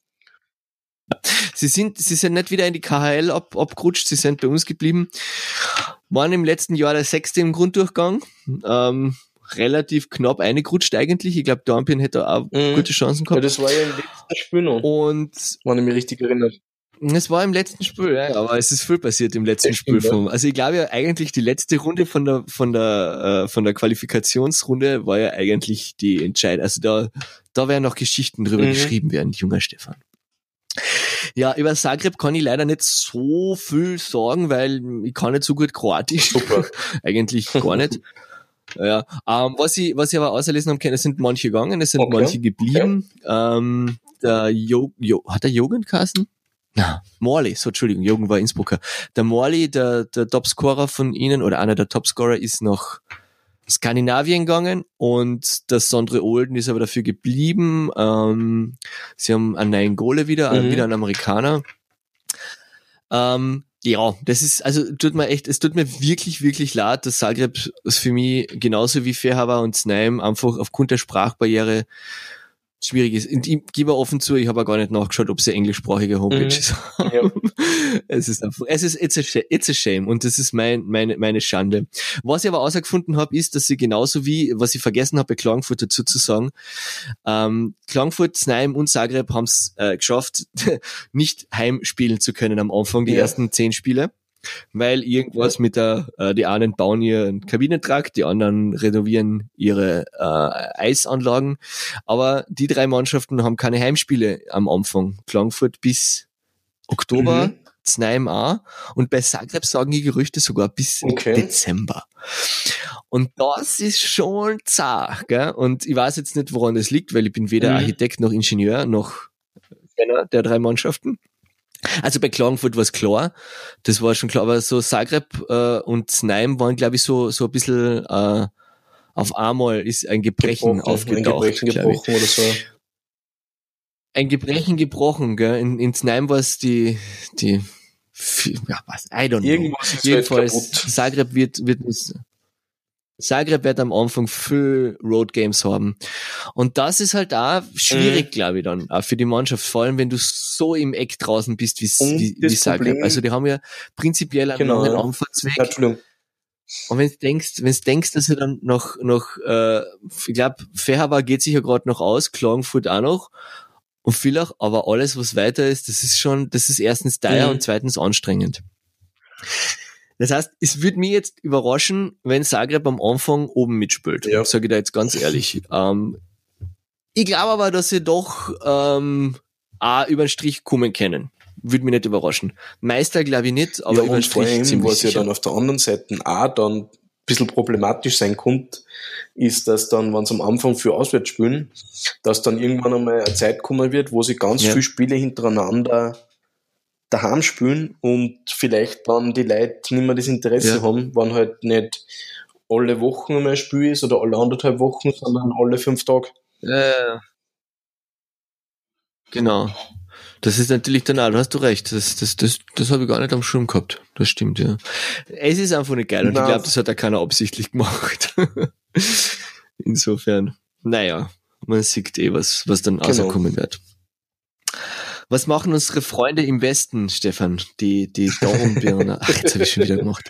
Sie sind nicht wieder in die KHL abgerutscht, sie sind bei uns geblieben. Waren im letzten Jahr der 6. im Grunddurchgang. Relativ knapp eingerutscht eigentlich. Ich glaube, Dornbirn hätte auch gute Chancen gehabt. Ja, das war ja im letzten Spiel noch. Und wenn ich mich richtig erinnere. Es war im letzten Spiel, ja, aber es ist viel passiert im letzten Spiel. Also ich glaube ja eigentlich die letzte Runde von der Qualifikationsrunde war ja eigentlich die Entscheidung. Also da werden noch Geschichten drüber geschrieben werden, junger Stefan. Ja, über Zagreb kann ich leider nicht so viel sagen, weil ich kann nicht so gut Kroatisch. Super. Eigentlich gar nicht. Ja, was ich aber auslesen haben können, es sind manche gegangen, es sind manche geblieben. Okay. Hat der Jürgen geheißen? Na, Morley, Entschuldigung, Jürgen war Innsbrucker. Der Morley, der Topscorer von ihnen, oder einer der Topscorer, ist nach Skandinavien gegangen und der Sondre Olden ist aber dafür geblieben. Sie haben einen neuen Goalie wieder einen Amerikaner. Ja, das ist, also es tut mir wirklich, wirklich leid, dass Zagreb für mich genauso wie Fehrhaber und Znaim einfach aufgrund der Sprachbarriere schwierig ist. Und ich gebe offen zu, ich habe gar nicht nachgeschaut, ob sie englischsprachige Homepage ist. Ja. It's a shame und das ist meine Schande. Was ich aber herausgefunden habe, ist, dass sie genauso wie, was ich vergessen habe, bei Klagenfurt dazu zu sagen, Klagenfurt, Znaim und Zagreb haben es geschafft, nicht heimspielen zu können am Anfang, die ersten 10 Spiele. Weil irgendwas mit die einen bauen ihren Kabinentrakt, die anderen renovieren ihre Eisanlagen. Aber die 3 Mannschaften haben keine Heimspiele am Anfang. Klagenfurt bis Oktober, Znaim auch. Und bei Zagreb sagen die Gerüchte sogar bis Dezember. Und das ist schon zart, gell? Und ich weiß jetzt nicht, woran das liegt, weil ich bin weder Architekt noch Ingenieur noch einer der 3 Mannschaften. Also bei Klagenfurt war es klar, das war schon klar, aber so Zagreb und Znaim waren, glaube ich, so ein bisschen auf einmal ist ein Gebrechen aufgetaucht. Ein Gebrechen gebrochen oder so. Ein Gebrechen gebrochen, gell. In Znaim war es I don't know. Irgendwas ist jedenfalls kaputt. Zagreb wird am Anfang viel Road Games haben. Und das ist halt auch schwierig, glaube ich, dann, auch für die Mannschaft. Vor allem, wenn du so im Eck draußen bist, wie Zagreb. Also, die haben ja prinzipiell einen langen Anfahrtsweg. Entschuldigung. Und wenn du denkst, dass sie dann noch, ich glaube, Fehrhaber geht sich ja gerade noch aus, Klagenfurt auch noch. Und Villach, aber alles, was weiter ist, das ist erstens teuer und zweitens anstrengend. Das heißt, es würde mich jetzt überraschen, wenn Zagreb am Anfang oben mitspielt. Ja. Sage ich da jetzt ganz ehrlich. Ich glaube aber, dass sie doch auch über den Strich kommen können. Würde mich nicht überraschen. Meister glaube ich nicht, aber über den Strich ziemlich was ja dann auf der anderen Seite auch dann ein bisschen problematisch sein könnte, ist, dass dann, wenn sie am Anfang für auswärts spielen, dass dann irgendwann einmal eine Zeit kommen wird, wo sie ganz viele Spiele hintereinander daheim spielen und vielleicht dann die Leute nicht mehr das Interesse haben, wenn halt nicht alle Wochen einmal ein Spiel ist oder alle 1,5 Wochen, sondern alle 5 Tage. Ja. Genau. Das ist natürlich dann auch, da hast du recht, das habe ich gar nicht am Schirm gehabt. Das stimmt, ja. Es ist einfach nicht geil und ich glaube, das hat auch keiner absichtlich gemacht. Insofern, naja, man sieht was dann rauskommen wird. Was machen unsere Freunde im Westen, Stefan? Die Dornbirner. Ach, jetzt habe ich schon wieder gemacht.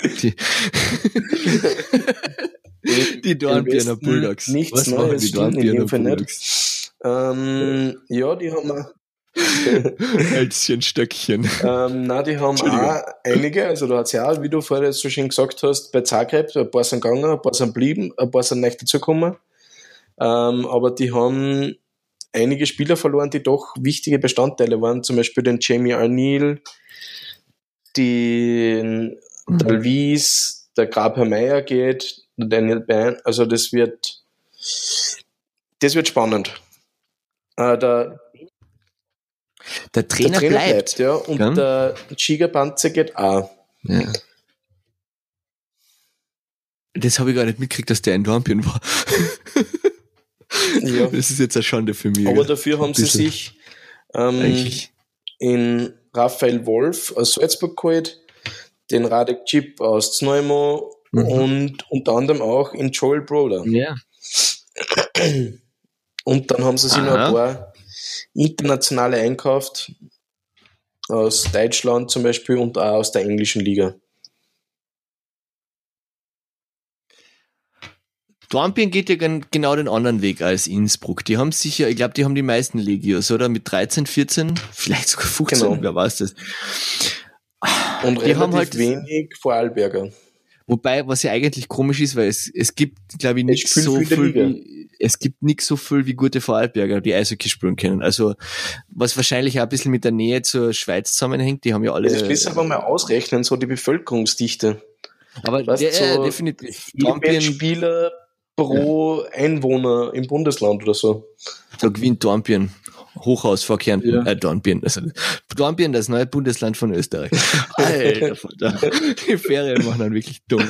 Die Dornbirner Bulldogs. Nichts Neues, die Dornbirner Bulldogs. Ja, die haben auch Hölzchen, Stöckchen. Nein, die haben auch einige, also da hat es ja auch, wie du vorher so schön gesagt hast, bei Zagreb, ein paar sind gegangen, ein paar sind blieben, ein paar sind nicht dazugekommen. Aber die haben einige Spieler verloren, die doch wichtige Bestandteile waren, zum Beispiel den Jamie Arneal, den Dalvis, der Grabherr Meyer geht, der Daniel Bain, also das wird spannend. Der Trainer bleibt, ja, und der Giga Panzer geht auch. Ja. Das habe ich gar nicht mitgekriegt, dass der ein Dornbirn war. Ja. Das ist jetzt eine Schande für mich. Aber dafür haben sie sich Eigentlich. In Raphael Wolf aus Salzburg geholt, den Radek Chip aus Znojmo und unter anderem auch in Joel Broder. Ja. Und dann haben sie sich noch ein paar internationale einkauft, aus Deutschland zum Beispiel und auch aus der englischen Liga. Dornbirn geht ja genau den anderen Weg als Innsbruck. Die haben sicher, ich glaube, die haben die meisten Legios, oder? Mit 13, 14, vielleicht sogar 15, genau. Wer weiß das. Und die relativ haben halt wenig Vorarlberger. Wobei, was ja eigentlich komisch ist, weil es gibt, glaube ich, nicht so viel wie gute Vorarlberger, die Eishockey spielen können. Also, was wahrscheinlich auch ein bisschen mit der Nähe zur Schweiz zusammenhängt, die haben ja alle... Das lässt aber mal ausrechnen, so die Bevölkerungsdichte. Aber so definitiv. Spieler pro Einwohner im Bundesland oder so. Da gewinnt Dornbirn. Hochhaus vor Kärnten. Dornbirn. Also, Dornbirn, das neue Bundesland von Österreich. Alter, die Ferien machen dann wirklich dumm.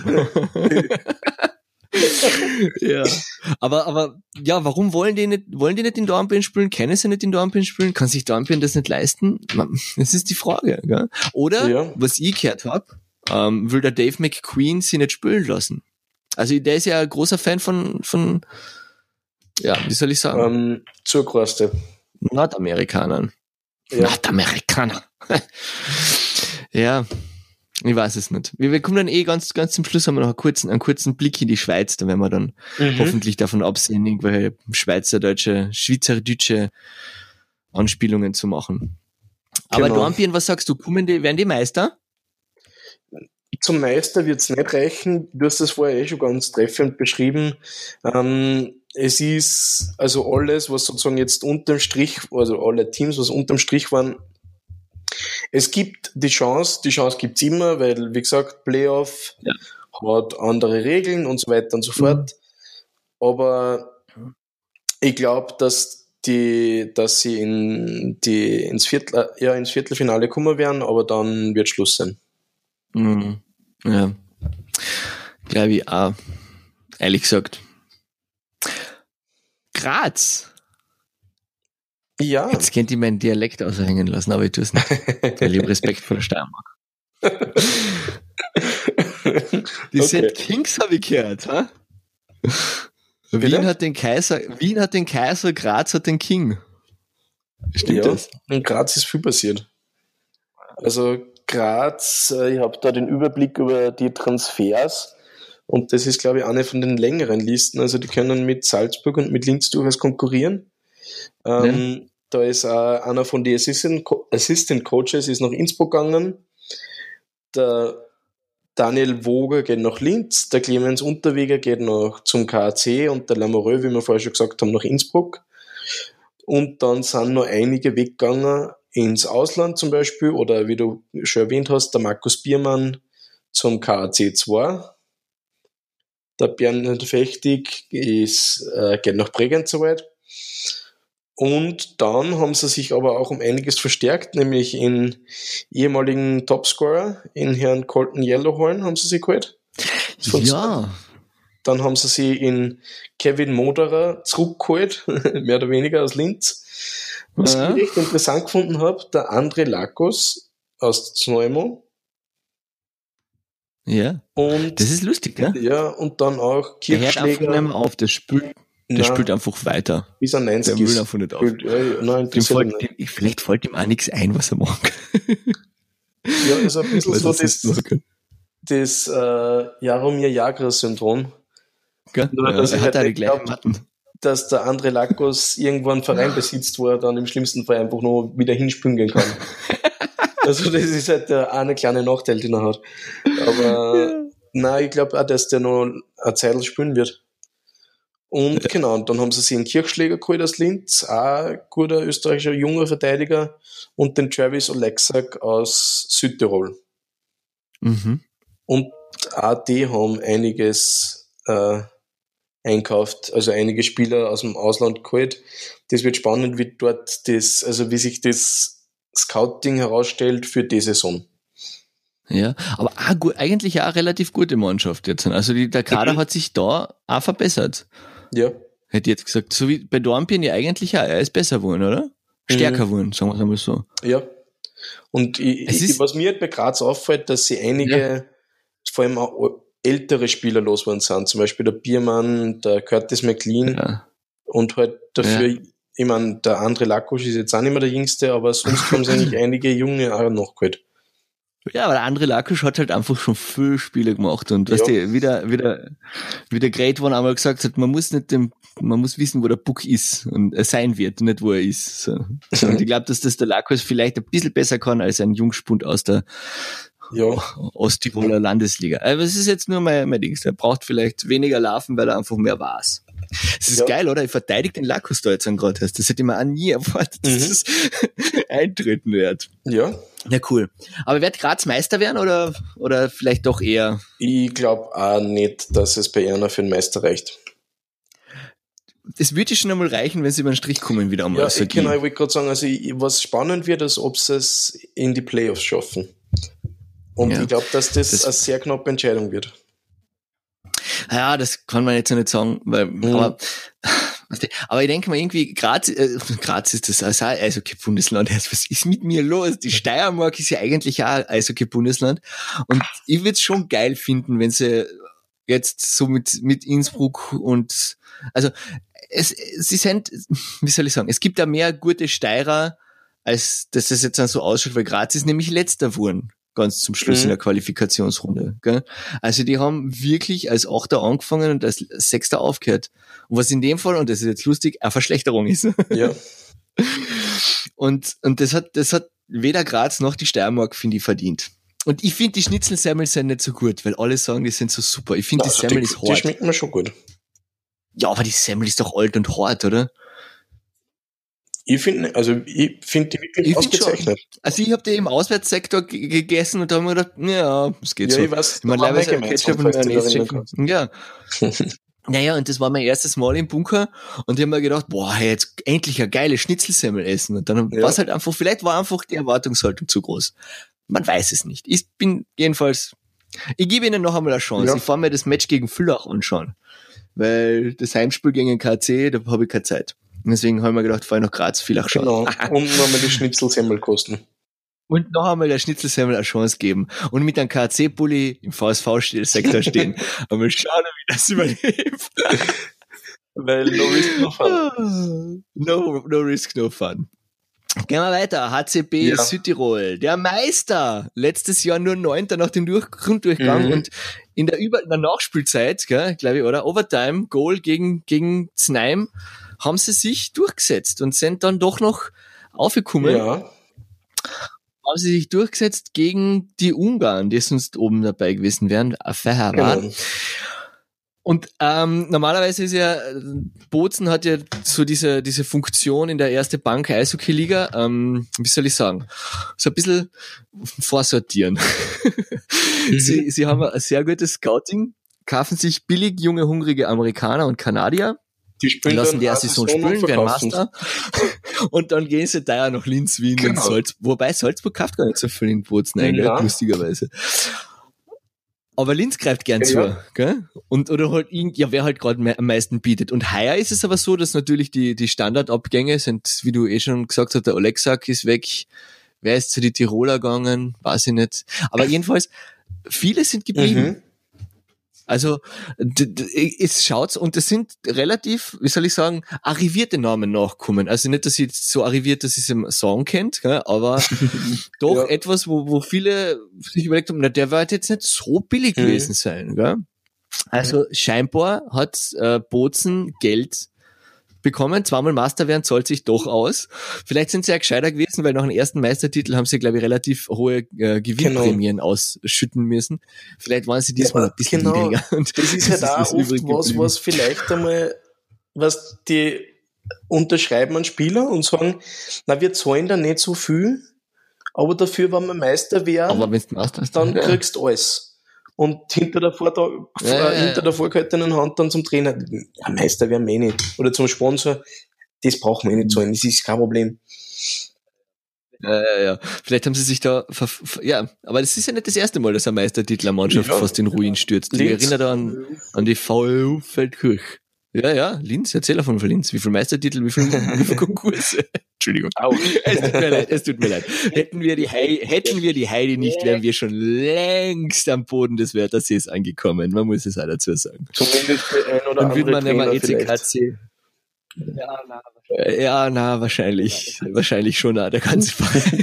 Ja. Aber ja, warum wollen die nicht in Dornbirn spielen? Können sie nicht in Dornbirn spielen? Kann sich Dornbirn das nicht leisten? Das ist die Frage. Gell? Oder, was ich gehört habe, will der Dave McQueen sie nicht spielen lassen. Also der ist ja ein großer Fan von ja, wie soll ich sagen? Zurkraste. Nordamerikanern. Ja. Nordamerikaner. Ja, ich weiß es nicht. Wir kommen dann ganz zum Schluss, haben wir noch einen kurzen Blick in die Schweiz, da werden wir dann hoffentlich davon absehen, irgendwelche schweizerdeutsche Anspielungen zu machen. Aber Dornbirn, was sagst du, werden die Meister? Zum Meister wird's nicht reichen. Du hast das vorher schon ganz treffend beschrieben. Es ist also alles, was sozusagen jetzt unterm Strich, also alle Teams, was unterm Strich waren, es gibt die Chance gibt's immer, weil, wie gesagt, Playoff hat andere Regeln und so weiter und so fort. Aber ich glaube, dass sie ins Viertelfinale kommen werden, aber dann wird Schluss sein. Ja, glaube ich auch. Ehrlich gesagt. Graz. Ja. Jetzt könnte ich meinen Dialekt aushängen lassen, aber ich tue es nicht. Weil ich habe Respekt vor der Steiermark. Die Set Kings habe ich gehört, ha? Wien hat den Kaiser, Graz hat den King. Stimmt das? In Graz ist viel passiert. Also Graz, ich habe da den Überblick über die Transfers und das ist, glaube ich, eine von den längeren Listen. Also die können mit Salzburg und mit Linz durchaus konkurrieren. Da ist einer von den Assistant Coaches ist nach Innsbruck gegangen. Der Daniel Woger geht nach Linz, der Clemens Unterweger geht noch zum KAC und der Lamoureux, wie wir vorher schon gesagt haben, nach Innsbruck. Und dann sind noch einige weggegangen ins Ausland zum Beispiel, oder wie du schon erwähnt hast, der Markus Biermann zum KAC 2. Der Bernhard Fechtig geht nach Bregenz soweit. Und dann haben sie sich aber auch um einiges verstärkt, nämlich in ehemaligen Topscorer, in Herrn Colton Yellowhorn haben sie sich geholt. Ja. Dann haben sie sie in Kevin Moderer zurückgeholt, mehr oder weniger aus Linz. Was ich echt interessant gefunden habe, der André Lakos aus Znojmo. Ja, und das ist lustig, ne? Ja, und dann auch Kirchschläger. Der hört einfach nicht mehr auf, der spielt einfach weiter. Bis er 90 der will einfach nicht auf. Vielleicht fällt ihm auch nichts ein, was er mag. Ja, ist ein bisschen so das Jaromir Jagr-Syndrom. Ja, er hat die gleichen Matten. Dass der André Lakos irgendwann einen Verein besitzt, wo er dann im schlimmsten Fall einfach nur wieder hinspringen kann. Also das ist halt der eine kleine Nachteil, den er hat. Aber nein, ich glaube auch, dass der noch eine Zeit spielen wird. Und genau, und dann haben sie sich einen Kirchschläger geholt aus Linz, auch ein guter österreichischer junger Verteidiger, und den Travis Oleksak aus Südtirol. Und auch die haben einiges einkauft, also einige Spieler aus dem Ausland geholt. Das wird spannend, wie sich das Scouting herausstellt für die Saison. Ja, aber eigentlich auch eine relativ gute Mannschaft jetzt. Also der Kader hat sich da auch verbessert. Ja. Hätte ich jetzt gesagt, so wie bei Dornbirn ja eigentlich auch, er ist besser geworden, oder? stärker wurden, sagen wir es einmal so. Ja. Und was mir halt bei Graz auffällt, dass sie einige, vor allem auch ältere Spieler losgeworden sind. Zum Beispiel der Biermann, der Curtis McLean und halt dafür, ich meine, der André Lakosch ist jetzt auch nicht mehr der Jüngste, aber sonst haben sie eigentlich einige Junge auch noch geholt. Ja, aber der André Lakosch hat halt einfach schon viel Spiele gemacht und weißt du, wie der Great One einmal gesagt hat, man muss wissen, wo der Puck ist und er sein wird, nicht wo er ist. So. Und ich glaube, dass das der Lakosch vielleicht ein bisschen besser kann als ein Jungspund aus der Osttiroler Landesliga. Aber es ist jetzt nur mein Ding. Er braucht vielleicht weniger Larven, weil er einfach mehr weiß. Das ist geil, oder? Ich verteidige den Lakosch da jetzt gerade. Das hätte ich mir auch nie erwartet, dass das eintreten wird. Ja. Ja, cool. Aber wird Graz Meister werden oder vielleicht doch eher? Ich glaube auch nicht, dass es bei einer für den Meister reicht. Das würde schon einmal reichen, wenn sie über den Strich kommen wieder einmal. Ja, genau, ich wollte gerade sagen, also was spannend wird, ist, ob sie es in die Playoffs schaffen. Und ich glaube, dass das eine sehr knappe Entscheidung wird. Ja, das kann man jetzt noch nicht sagen, weil, aber ich denke mal irgendwie, Graz ist das Eishockey-Bundesland. Was ist mit mir los? Die Steiermark ist ja eigentlich auch ein Eishockey-Bundesland. Und ich würde es schon geil finden, wenn sie jetzt so mit Innsbruck und, also, sie sind, wie soll ich sagen, es gibt da mehr gute Steirer, als dass es jetzt dann so ausschaut, weil Graz ist nämlich letzter geworden. Ganz zum Schluss in der Qualifikationsrunde. Gell? Also die haben wirklich als Achter angefangen und als Sechster aufgehört. Und was in dem Fall, und das ist jetzt lustig, eine Verschlechterung ist. Ja. Und das hat weder Graz noch die Steiermark, finde ich, verdient. Und ich finde, die Schnitzelsemmeln sind nicht so gut, weil alle sagen, die sind so super. Ich finde, die Semmel ist hart. Die schmecken mir schon gut. Ja, aber die Semmel ist doch alt und hart, oder? Ich finde die wirklich ausgezeichnet. Also ich habe die im Auswärtssektor gegessen und da haben wir gedacht, ja, es geht so. Ich weiß, ja. Naja, und das war mein erstes Mal im Bunker und ich habe mir gedacht, boah, jetzt endlich eine geile Schnitzelsemmel essen. Und dann war es halt einfach, vielleicht war einfach die Erwartungshaltung zu groß. Man weiß es nicht. Ich bin jedenfalls, ich gebe ihnen noch einmal eine Chance. Ja. Ich fahre mir das Match gegen Villach anschauen. Weil das Heimspiel gegen den KC, da habe ich keine Zeit. Und deswegen habe ich mir gedacht, fahre ich nach Graz, Villach schauen. Genau, und noch einmal die Schnitzelsemmel kosten. Und noch einmal der Schnitzelsemmel eine Chance geben. Und mit einem KC-Bulli im VSV-Sektor stehen. Und mal schauen, wie das überlebt. Weil no risk, no fun. No risk, no fun. Gehen wir weiter. HCB Südtirol, der Meister. Letztes Jahr nur 9. nach dem Grunddurchgang und in der Nachspielzeit, glaube ich, oder? Overtime, Goal gegen Znaim, haben sie sich durchgesetzt und sind dann doch noch aufgekommen. Ja. Haben sie sich durchgesetzt gegen die Ungarn, die sonst oben dabei gewesen wären. Genau. Und normalerweise ist ja, Bozen hat ja so diese Funktion in der erste Bank Eishockey-Liga, wie soll ich sagen, so ein bisschen vorsortieren. Sie haben ein sehr gutes Scouting, kaufen sich billig junge, hungrige Amerikaner und Kanadier, die lassen die erste Saison spielen, werden Master und dann gehen sie da ja nach Linz, Wien und Salzburg, wobei Salzburg kauft gar nicht so viel in Bozen eigentlich, lustigerweise. Aber Linz greift gern zu, gell? Oder halt wer halt gerade am meisten bietet. Und heuer ist es aber so, dass natürlich die Standardabgänge sind, wie du schon gesagt hast, der Oleksak ist weg. Wer ist zu die Tiroler gegangen? Weiß ich nicht. Aber jedenfalls, viele sind geblieben. Also, es schaut's, und das sind relativ, wie soll ich sagen, arrivierte Namen nachkommen. Also nicht, dass ich so arriviert, dass ich es im Song kennt, gell, aber doch etwas, wo viele sich überlegt haben, na, der wird jetzt nicht so billig gewesen sein, gell. Also, scheinbar hat Bozen Geld bekommen, zweimal Master werden, zahlt sich doch aus. Vielleicht sind sie ja gescheiter gewesen, weil nach dem ersten Meistertitel haben sie, glaube ich, relativ hohe Gewinnprämien ausschütten müssen. Vielleicht waren sie diesmal ein bisschen niedriger. Und das ist halt auch oft was vielleicht einmal, was die unterschreiben an Spieler und sagen, na, wir zahlen da nicht so viel, aber dafür, wenn wir Meister wären, dann kriegst du alles. Und hinter der vorgehaltenen Hand dann zum Trainer, ja, Meister werden wir eh nicht. Oder zum Sponsor, das brauchen wir eh nicht zahlen, das ist kein Problem. Ja. Vielleicht haben sie sich da, aber das ist ja nicht das erste Mal, dass eine Meistertitel eine Mannschaft fast in Ruin stürzt. Ich erinnere da an die VU Feldkirch. Ja, Linz, erzähl davon von Linz. Wie viele Meistertitel, wie viele Konkurse? Entschuldigung. Es tut mir leid. Hätten wir die Heidi nicht, wären wir schon längst am Boden des Wörtersees angekommen. Man muss es auch dazu sagen. Zumindest für ein oder dann würde man andere immer ECKC. Wahrscheinlich schon auch, der ganze Fall.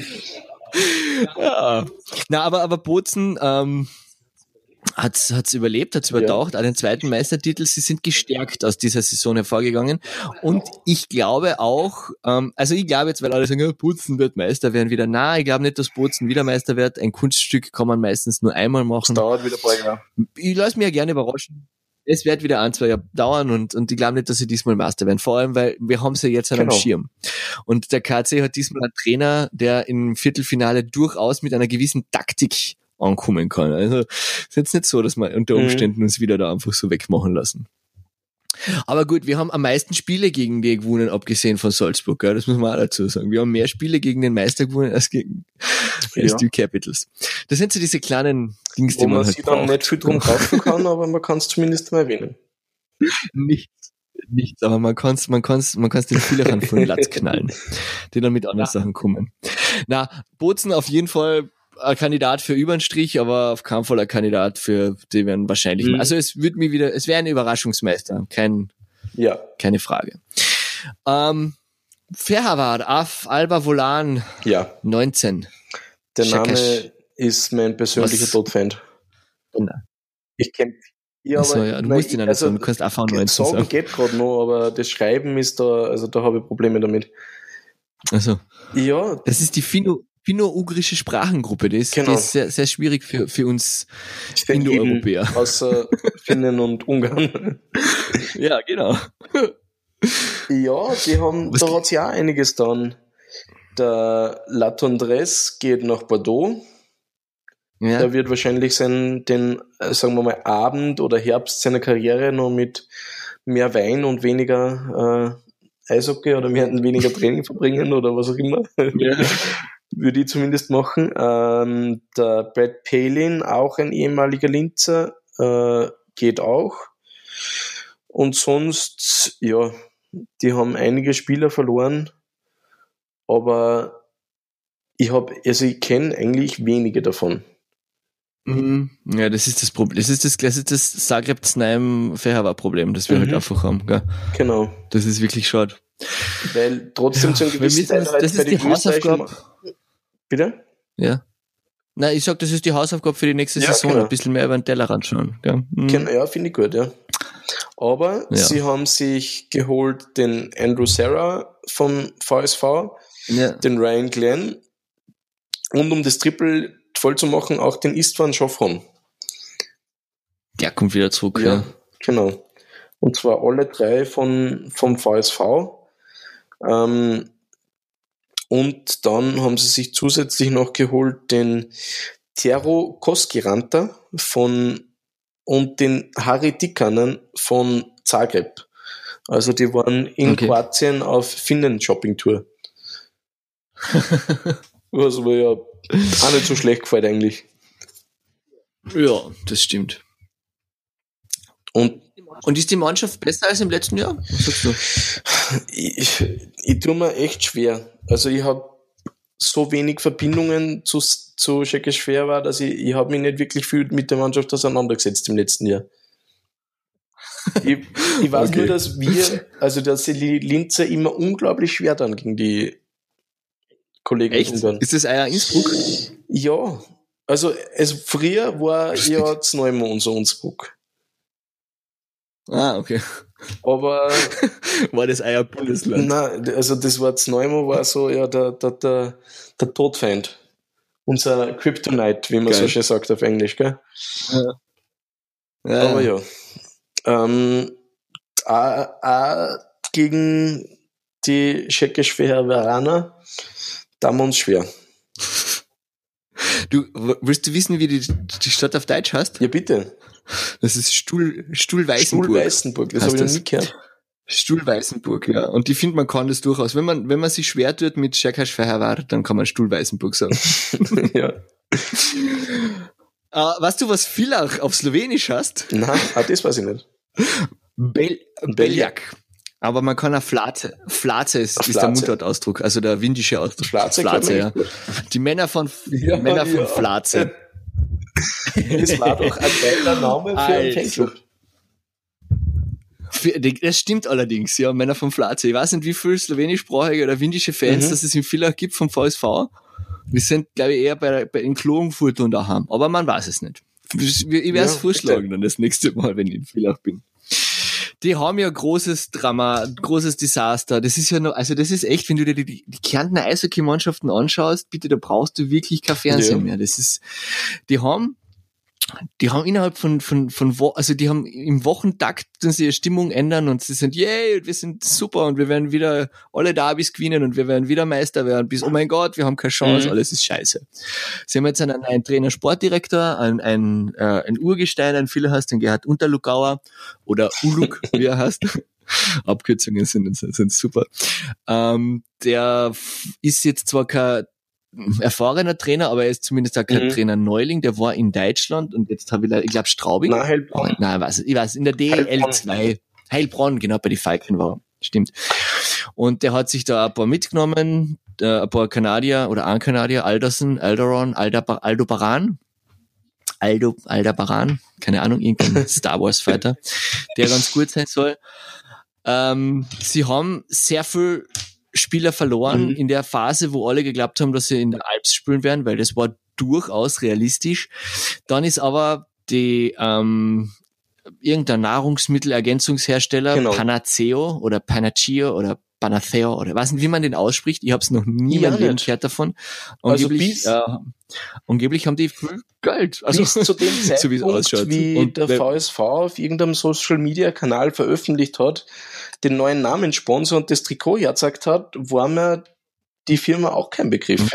Ja. Na, aber Bozen hat's überlebt, hat's übertaucht, auch den zweiten Meistertitel. Sie sind gestärkt aus dieser Saison hervorgegangen. Und ich glaube auch, ich glaube jetzt, weil alle sagen, ja, Bozen wird Meister werden wieder. Nein, ich glaube nicht, dass Bozen wieder Meister wird. Ein Kunststück kann man meistens nur einmal machen. Das dauert wieder ein paar Jahre. Ich lasse mich ja gerne überraschen. Es wird wieder 1-2 Jahre dauern und ich glaube nicht, dass sie diesmal Meister werden. Vor allem, weil wir haben sie jetzt am Schirm. Und der KC hat diesmal einen Trainer, der im Viertelfinale durchaus mit einer gewissen Taktik ankommen kann. Also es ist jetzt nicht so, dass wir unter Umständen uns wieder da einfach so wegmachen lassen. Aber gut, wir haben am meisten Spiele gegen die gewonnen, abgesehen von Salzburg, gell? Das muss man auch dazu sagen. Wir haben mehr Spiele gegen den Meister gewonnen als gegen die Capitals. Das sind so diese kleinen Dings, die man halt sich dann nicht viel drum kaufen kann, aber man kann es zumindest mal erwähnen. Nichts, aber man kann's den Spielern von Latz knallen, die dann mit anderen Sachen kommen. Na, Bozen auf jeden Fall ein Kandidat für übern Strich, aber auf keinen Fall ein Kandidat für, die werden wahrscheinlich, also es wäre ein Überraschungsmeister, keine Frage. Ferhavard, Alba Volan, 19. Der Name ist mein persönlicher Todfeind. Genau. Ich kenne du musst ihn nicht sagen, du kannst auch 19 sagen. Geht gerade noch, aber das Schreiben ist da habe ich Probleme damit. Also. Ja. Das ist die finno-ugrische Sprachengruppe, die ist sehr, sehr schwierig für uns Indoeuropäer. Außer Finnen und Ungarn. Ja, genau. Ja, da hat sich auch einiges dann. Der Latondres geht nach Bordeaux. Ja. Er wird wahrscheinlich sagen wir mal, Abend oder Herbst seiner Karriere noch mit mehr Wein und weniger Eishockey oder weniger Training verbringen oder was auch immer. Ja. Würde ich zumindest machen. Der Brad Palin, auch ein ehemaliger Linzer, geht auch. Und sonst, ja, die haben einige Spieler verloren, aber ich kenne eigentlich wenige davon. Ja, das ist das Problem. Das ist das Zagreb-Znaim-Ferhava-Problem, das wir halt einfach haben. Gell? Genau. Das ist wirklich schade. Weil trotzdem zum gewissen Teil das ist die Hausaufgabe. Bitte? Ja. Nein, ich sag, das ist die Hausaufgabe für die nächste Saison. Genau. Ein bisschen mehr über den Tellerrand schauen. Gell? Ja, finde ich gut, ja. Aber sie haben sich geholt den Andrew Serra vom VSV, den Ryan Glenn und um das Triple voll zu machen, auch den Istvan Schofron. Der kommt wieder zurück, ja. Genau. Und zwar alle drei vom VSV. Und dann haben sie sich zusätzlich noch geholt den Tero Koskiranta und den Harry Tikkanen von Zagreb. Also die waren in Kroatien auf Finnen-Shopping-Tour. Was mir ja auch nicht so schlecht gefällt eigentlich. Ja, das stimmt. Und ist die Mannschaft besser als im letzten Jahr? Was sagst du? Ich tue mir echt schwer. Also ich habe so wenig Verbindungen zu Szekesfehervar, dass ich habe mich nicht wirklich viel mit der Mannschaft auseinandergesetzt im letzten Jahr. Ich weiß nur, dass die Linzer immer unglaublich schwer dann gegen die Kollegen. Echt? Ist das euer Innsbruck? Ja. Also früher war ja Zneumo unser Innsbruck. Ah, okay. Aber war das euer Bundesland? Nein, also das war Zneumo, war so der Todfeind. Unser Kryptonite, wie man so schön sagt auf Englisch, gell? Ja. Aber ja. Auch gegen die Szekesfehervaraner, da haben wir uns schwer. Du, willst du wissen, wie die Stadt auf Deutsch heißt? Ja, bitte. Das ist Stuhlweißenburg. Stuhlweißenburg, das habe ich noch nie gehört. Stuhlweißenburg, ja. Und ich finde, man kann das durchaus. Wenn man sich schwer tut mit Szekesfehervar, dann kann man Stuhlweißenburg sagen. Ja. Weißt du, was Villach auf Slowenisch heißt? Nein, das weiß ich nicht. Beljak. Aber man kann auch Flatze ist der Mundartausdruck, also der windische Ausdruck. Flatze, ja. Die Männer von Flatze. Das war doch ein geiler Name für einen Fanclub. Das stimmt allerdings, ja, Männer von Flatze. Ich weiß nicht, wie viele slowenischsprachige oder windische Fans dass es in Villach gibt vom VSV. Wir sind, glaube ich, eher in Klagenfurt und daheim. Aber man weiß es nicht. Ich werde es vorschlagen dann das nächste Mal, wenn ich in Villach bin. Die haben ja großes Drama, großes Desaster. Das ist ja noch, also das ist echt, wenn du dir die Kärntner Eishockey-Mannschaften anschaust, bitte, da brauchst du wirklich kein Fernsehen mehr. Das ist, die haben innerhalb also die haben im Wochentakt sie ihre Stimmung ändern und sie sind, yay, wir sind super und wir werden wieder alle Derbys gewinnen und wir werden wieder Meister werden, bis, oh mein Gott, wir haben keine Chance, alles ist scheiße. Sie haben jetzt einen Trainer, Sportdirektor, ein Urgestein, ein Vieler heißt, den Gerhard Unterlugauer oder Uluk, wie er heißt. Abkürzungen sind super. Der ist jetzt zwar kein erfahrener Trainer, aber er ist zumindest auch kein Trainer Neuling, der war in Deutschland und jetzt habe ich glaube Straubing. Heilbronn. Ich weiß, in der DL2. Heilbronn, genau, bei die Falken war. Stimmt. Und der hat sich da ein paar mitgenommen, ein paar Kanadier oder ein Kanadier, Alderon, Aldebaran, keine Ahnung, irgendein Star Wars Fighter, der ganz gut sein soll. Sie haben sehr viel Spieler verloren in der Phase, wo alle geglaubt haben, dass sie in der Alps spielen werden, weil das war durchaus realistisch. Dann ist aber die irgendein Nahrungsmittelergänzungshersteller, Panaceo oder Panaceo oder Panaceo oder weiß nicht, wie man den ausspricht. Ich habe es noch nie in meinem Leben gehört davon. Angeblich haben die viel Geld. Also bis zu dem Zeitpunkt, so wie es ausschaut. Wie und der VSV auf irgendeinem Social-Media-Kanal veröffentlicht hat, den neuen Namenssponsor und das Trikot hergezeigt hat, war mir die Firma auch kein Begriff.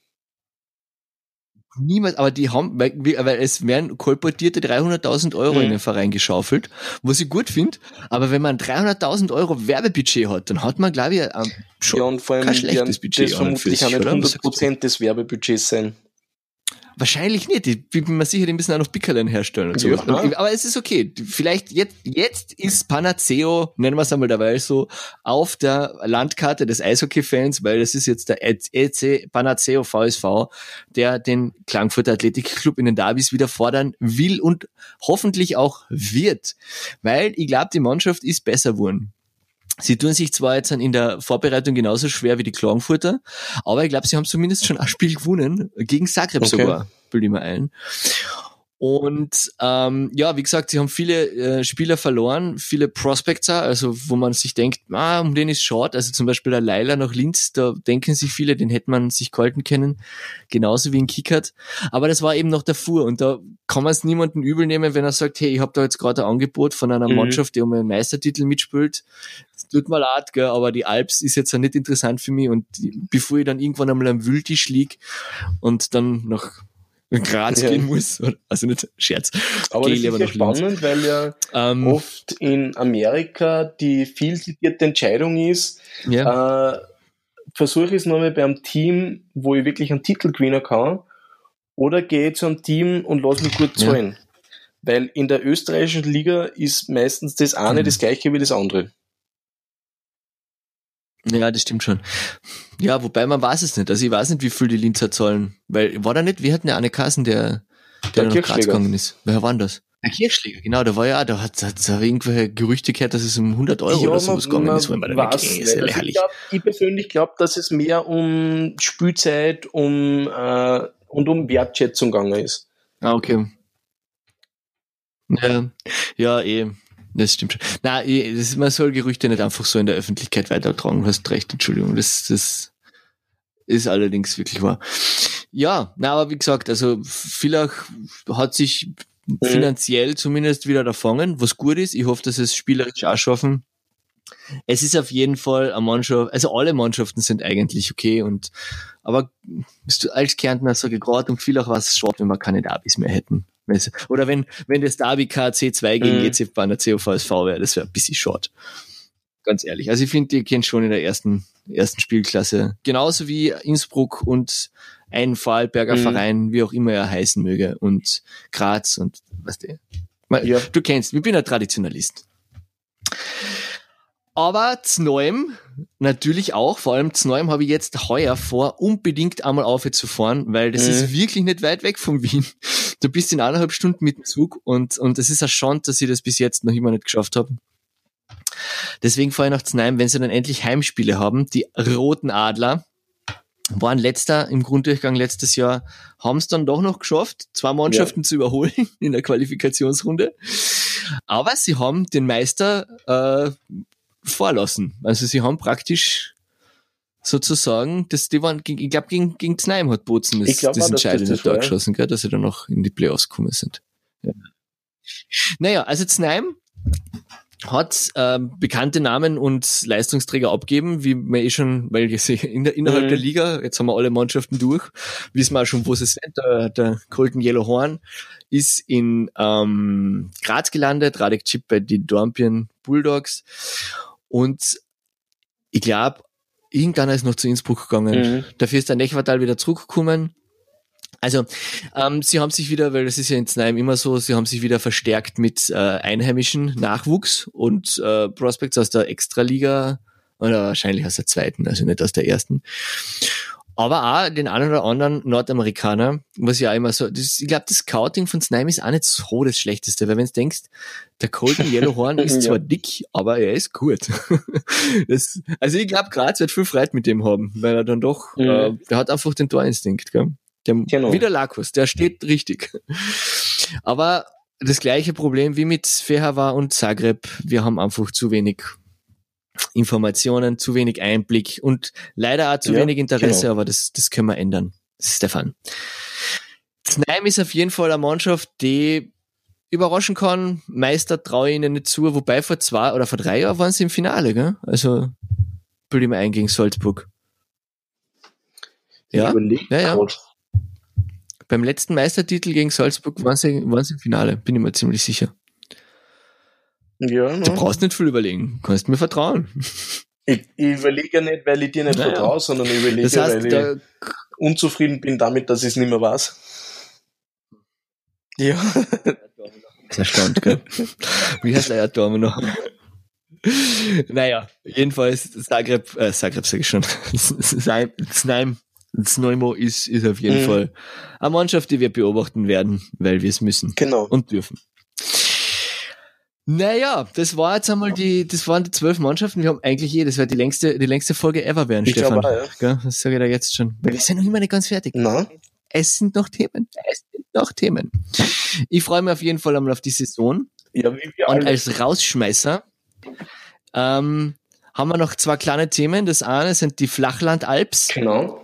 Niemals, aber die haben, weil es werden kolportierte 300.000 Euro in den Verein geschaufelt, was ich gut finde, aber wenn man 300.000 Euro Werbebudget hat, dann hat man, glaube ich, schon und vor allem kein schlechtes Budget. Das vermutlich auch nicht 100% des Werbebudgets sein. Wahrscheinlich nicht. Ich bin mir sicher, die müssen auch noch Pickerlein herstellen und so. Ja. Aber es ist okay. Vielleicht jetzt ist Panaceo, nennen wir es einmal dabei so, auf der Landkarte des Eishockey-Fans, weil das ist jetzt der EC Panaceo VSV, der den Klagenfurter Athletikclub in den Derbys wieder fordern will und hoffentlich auch wird. Weil ich glaube, die Mannschaft ist besser geworden. Sie tun sich zwar jetzt in der Vorbereitung genauso schwer wie die Klagenfurter, aber ich glaube, sie haben zumindest schon ein Spiel gewonnen, gegen Zagreb sogar, bilde ich mir ein. Und wie gesagt, sie haben viele Spieler verloren, viele Prospects, also wo man sich denkt, um den ist schade, also zum Beispiel der Leila nach Linz, da denken sich viele, den hätte man sich gehalten können, genauso wie in Kickert, aber das war eben noch davor und da kann man es niemandem übel nehmen, wenn er sagt, hey, ich habe da jetzt gerade ein Angebot von einer Mannschaft, die um einen Meistertitel mitspielt, es tut mir leid, gell, aber die Alps ist jetzt auch nicht interessant für mich und bevor ich dann irgendwann einmal am Wühltisch lieg und dann nach Graz gehen muss. Also nicht Scherz. Aber das ist ja spannend, weil ja oft in Amerika die viel zitierte Entscheidung ist, versuche ich es nochmal beim Team, wo ich wirklich einen Titel gewinnen kann, oder gehe zu einem Team und lass mich gut zahlen. Weil in der österreichischen Liga ist meistens das eine das gleiche wie das andere. Ja, das stimmt schon. Ja, wobei man weiß es nicht. Also ich weiß nicht, wie viel die Linzer zahlen. Weil, war da nicht, wir hatten ja eine Kassen, der nach Graz gegangen ist. Wer war denn das? Der Kirchschläger, genau, da war da hat irgendwelche Gerüchte gehört, dass es um 100 Euro oder sowas gegangen ist. Weil man weiß nicht. Also ich persönlich glaube, dass es mehr um Spielzeit und um Wertschätzung gegangen ist. Okay. Ja, das stimmt schon. Nein, man soll Gerüchte nicht einfach so in der Öffentlichkeit weitertragen. Du hast recht, Entschuldigung. Das ist allerdings wirklich wahr. Ja, aber wie gesagt, also Villach hat sich finanziell zumindest wieder erfangen, was gut ist. Ich hoffe, dass es spielerisch auch schaffen. Es ist auf jeden Fall eine Mannschaft, also alle Mannschaften sind eigentlich okay aber bist du als Kärntner sage gerade und Villach war es schade, wenn wir keine Derbys mehr hätten. Oder wenn das Derby KC2 gegen GC Panaceo VSV wäre, das wäre ein bisschen short. Ganz ehrlich. Also ich finde, die kennt schon in der ersten Spielklasse. Genauso wie Innsbruck und ein Vorarlberger Verein, wie auch immer er heißen möge. Und Graz und was du kennst, ich bin ein Traditionalist. Aber Zneuem natürlich auch, vor allem Zneuem habe ich jetzt heuer vor, unbedingt einmal aufzufahren, weil das ist wirklich nicht weit weg von Wien. Du bist in 1,5 Stunden mit dem Zug und es ist eine Schande, dass ich das bis jetzt noch immer nicht geschafft habe. Deswegen fahre ich nach Zneuem, wenn sie dann endlich Heimspiele haben. Die Roten Adler waren letzter im Grunddurchgang letztes Jahr, haben es dann doch noch geschafft, 2 Mannschaften zu überholen in der Qualifikationsrunde. Aber sie haben den Meister vorlassen. Also sie haben praktisch sozusagen, die waren, ich glaube, gegen Zneuem hat Bozen das entscheidende Tor geschossen, gell, dass sie dann noch in die Playoffs gekommen sind. Ja. Naja, also Zneuem hat bekannte Namen und Leistungsträger abgeben, wie man schon, weil innerhalb der Liga, jetzt haben wir alle Mannschaften durch, wissen wir auch schon, wo sie sind. Der Colton Yellowhorn ist in Graz gelandet, Radek Čip bei den Dornbirn Bulldogs und ich glaube, irgendwann ist noch zu Innsbruck gegangen. Dafür ist der Nechvatal wieder zurückgekommen. Also, sie haben sich wieder, weil das ist ja in Zneuem immer so, sie haben sich wieder verstärkt mit einheimischen Nachwuchs und Prospects aus der Extraliga oder wahrscheinlich aus der zweiten, also nicht aus der ersten. Aber auch den einen oder anderen Nordamerikaner, was ja immer so, ich glaube, das Scouting von Zneuem ist auch nicht so das Schlechteste, weil wenn du denkst, der Colton Yellowhorn ist zwar dick, aber er ist gut. Also ich glaube, Graz wird viel Freude mit dem haben, weil er dann doch, der hat einfach den Torinstinkt, gell? Wie der Lakus, der steht richtig. Aber das gleiche Problem wie mit Fehervar und Zagreb, wir haben einfach zu wenig Informationen, zu wenig Einblick und leider auch zu wenig Interesse, aber das können wir ändern. Stefan. Zneuem ist auf jeden Fall eine Mannschaft, die überraschen kann. Meister traue ich ihnen nicht zu, wobei vor 2 oder vor 3 Jahren waren sie im Finale, gell? Also, bilde ich mir ein gegen Salzburg. Ja. Beim letzten Meistertitel gegen Salzburg waren sie im Finale, bin ich mir ziemlich sicher. Ja, no. Du brauchst nicht viel überlegen, kannst mir vertrauen. Ich überlege nicht, weil ich dir nicht vertraue, sondern ich überlege, das heißt, weil ich unzufrieden bin damit, dass ich es nicht mehr weiß. Ja. Das erstaunt, gell? Wie heißt der Erdorme noch? Naja, jedenfalls Zagreb sage ich schon. Zneumo ist auf jeden Fall eine Mannschaft, die wir beobachten werden, weil wir es müssen. Genau. Und dürfen. Naja, das waren die 12 Mannschaften. Wir haben eigentlich das wäre die längste Folge ever werden, Stefan. Glaube, ja. Das sage ich da jetzt schon. Weil wir sind noch immer nicht ganz fertig. Na? Es sind noch Themen. Ich freue mich auf jeden Fall einmal auf die Saison. Ja, wie wir Und alle. als Rausschmeißer haben wir noch 2 kleine Themen. Das eine sind die Flachland-Alps. Genau.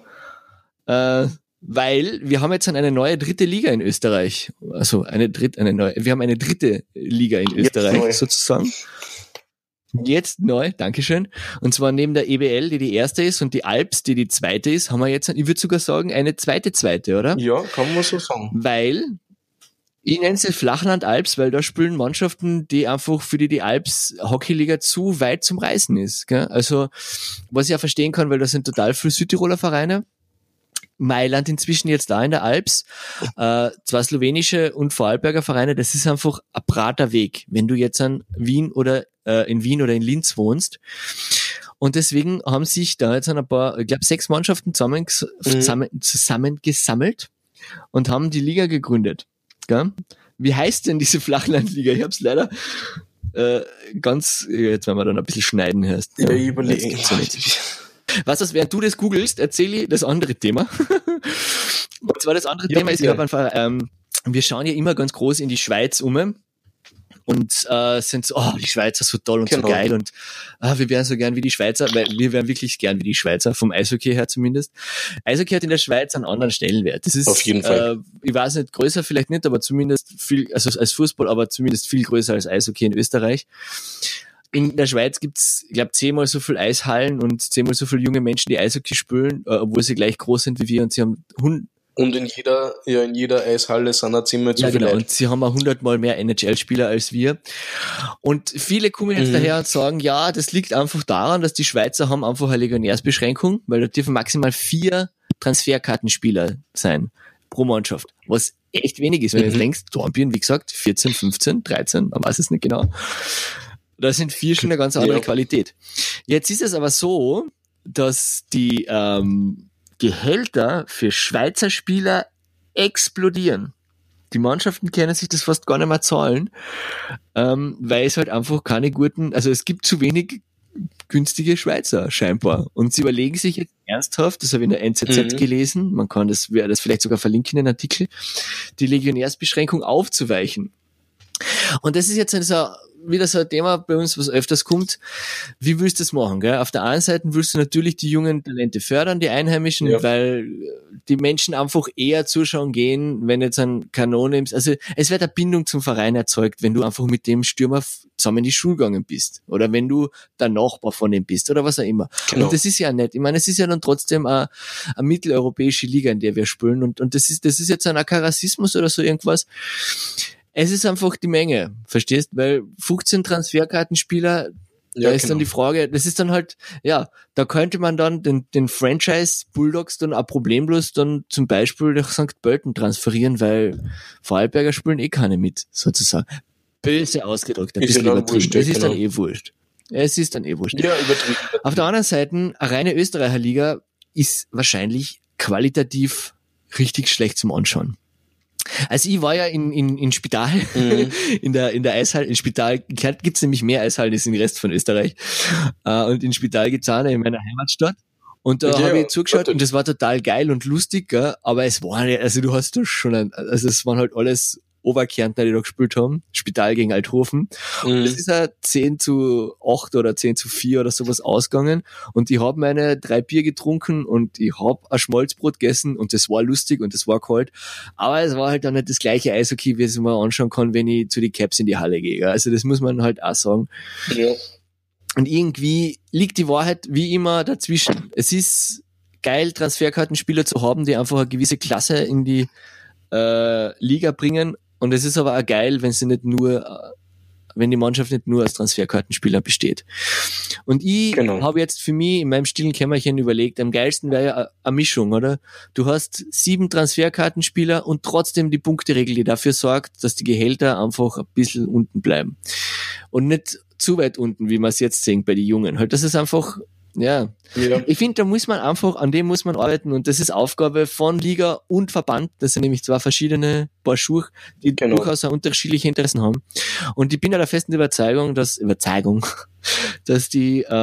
Weil wir haben jetzt eine neue 3. Liga in Österreich. Also wir haben eine 3. Liga in Österreich sozusagen. Jetzt neu, Dankeschön. Und zwar neben der EBL, die erste ist, und die Alps, die zweite ist, haben wir jetzt, ich würde sogar sagen, eine zweite, oder? Ja, kann man so sagen. Weil, ich nenne sie Flachland Alps, weil da spielen Mannschaften, die einfach für die Alps Hockeyliga zu weit zum Reisen ist. Gell? Also, was ich auch verstehen kann, weil da sind total viele Südtiroler Vereine. Mailand inzwischen jetzt da in der Alps, 2 slowenische und Vorarlberger Vereine, das ist einfach ein brater Weg, wenn du jetzt in Wien oder in Linz wohnst. Und deswegen haben sich da jetzt ein paar, ich glaube 6 Mannschaften zusammengesammelt und haben die Liga gegründet. Gell? Wie heißt denn diese Flachlandliga? Ich habe es leider jetzt werden wir dann ein bisschen schneiden hörst. Ja, ich überlege. Weißt du, während du das googelst, erzähle ich das andere Thema. Und zwar das andere Thema ist, ich glaube einfach, wir schauen ja immer ganz groß in die Schweiz und sind so, die Schweizer so toll und so geil und wir wären so gern wie die Schweizer, weil wir wären wirklich gern wie die Schweizer, vom Eishockey her zumindest. Eishockey hat in der Schweiz einen anderen Stellenwert. Das ist auf jeden Fall. Ich weiß nicht, größer vielleicht nicht, aber zumindest viel, also als Fußball, aber zumindest viel größer als Eishockey in Österreich. In der Schweiz gibt's, ich glaube, 10-mal so viel Eishallen und 10-mal so viele junge Menschen, die Eishockey spielen, obwohl sie gleich groß sind wie wir, und sie haben und in jeder Eishalle sind auch Zimmer zu viel. Genau. Und sie haben auch 100-mal mehr NHL-Spieler als wir. Und viele kommen jetzt daher und sagen, ja, das liegt einfach daran, dass die Schweizer haben einfach eine Legionärsbeschränkung, weil da dürfen maximal 4 Transferkartenspieler sein pro Mannschaft, was echt wenig ist. Wenn du jetzt denkst, Dornbirn, wie gesagt, 14, 15, 13, man weiß es nicht genau. Da sind 4 schon eine ganz andere Qualität. Jetzt ist es aber so, dass die Gehälter für Schweizer Spieler explodieren. Die Mannschaften können sich das fast gar nicht mehr zahlen, weil es halt einfach keine guten, also es gibt zu wenig günstige Schweizer scheinbar. Und sie überlegen sich jetzt ernsthaft, das habe ich in der NZZ gelesen, man kann das, werde das vielleicht sogar verlinken in den Artikel, die Legionärsbeschränkung aufzuweichen. Und das ist jetzt wieder so ein Thema bei uns, was öfters kommt. Wie willst du das machen? Gell? Auf der einen Seite willst du natürlich die jungen Talente fördern, die Einheimischen, weil die Menschen einfach eher zuschauen gehen, wenn jetzt ein Kanon nimmst. Also es wird eine Bindung zum Verein erzeugt, wenn du einfach mit dem Stürmer zusammen in die Schule gegangen bist. Oder wenn du der Nachbar von ihm bist oder was auch immer. Genau. Und das ist ja nett. Ich meine, es ist ja dann trotzdem eine mitteleuropäische Liga, in der wir spielen. Und das ist jetzt ein Rassismus oder so irgendwas. Es ist einfach die Menge, verstehst? Weil 15 Transferkartenspieler, da ist dann die Frage, das ist dann halt, da könnte man dann den Franchise Bulldogs dann auch problemlos dann zum Beispiel nach St. Pölten transferieren, weil Vorarlberger spielen keine mit, sozusagen. Böse ausgedrückt, ein bisschen übertrieben. Es ist dann wurscht. Es ist dann wurscht. Ja, übertrieben. Auf der anderen Seite, eine reine Österreicher-Liga ist wahrscheinlich qualitativ richtig schlecht zum Anschauen. Also ich war ja in Spital, in der Eishalle, in Spital gibt's nämlich mehr Eishallen als im Rest von Österreich. Und in Spital gibt's auch eine in meiner Heimatstadt. Und da habe ich zugeschaut und das war total geil und lustig, gell? Aber es war nicht, also du hast da schon also es waren halt alles Oberkärntner, die da gespielt haben. Spital gegen Althofen. Und das ist ja 10:8 oder 10:4 oder sowas ausgegangen. Und ich habe meine 3 Bier getrunken und ich habe ein Schmalzbrot gegessen und das war lustig und das war kalt. Aber es war halt dann nicht das gleiche Eishockey, wie ich es mir anschauen kann, wenn ich zu den Caps in die Halle gehe. Also das muss man halt auch sagen. Ja. Und irgendwie liegt die Wahrheit wie immer dazwischen. Es ist geil, Transferkartenspieler zu haben, die einfach eine gewisse Klasse in die Liga bringen. Und es ist aber auch geil, wenn die Mannschaft nicht nur aus Transferkartenspieler besteht. Und ich habe jetzt für mich in meinem stillen Kämmerchen überlegt, am geilsten wäre ja eine Mischung, oder? Du hast 7 Transferkartenspieler und trotzdem die Punkteregel, die dafür sorgt, dass die Gehälter einfach ein bisschen unten bleiben. Und nicht zu weit unten, wie man es jetzt sehen bei den Jungen. Halt, das ist einfach, ich finde, an dem muss man arbeiten und das ist Aufgabe von Liga und Verband. Das sind nämlich 2 verschiedene Paar Schuhe, die durchaus auch unterschiedliche Interessen haben. Und ich bin ja der festen Überzeugung, dass die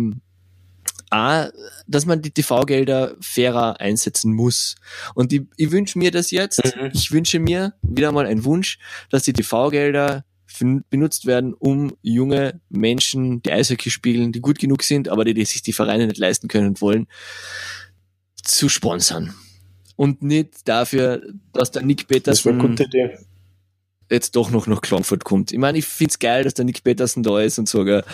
dass man die TV-Gelder fairer einsetzen muss. Und ich wünsche mir das jetzt. Ich wünsche mir wieder mal einen Wunsch, dass die TV-Gelder benutzt werden, um junge Menschen, die Eishockey spielen, die gut genug sind, aber die sich die Vereine nicht leisten können und wollen, zu sponsern. Und nicht dafür, dass der Nick Petersen jetzt doch noch nach Klagenfurt kommt. Ich meine, ich find's geil, dass der Nick Petersen da ist und so, gell.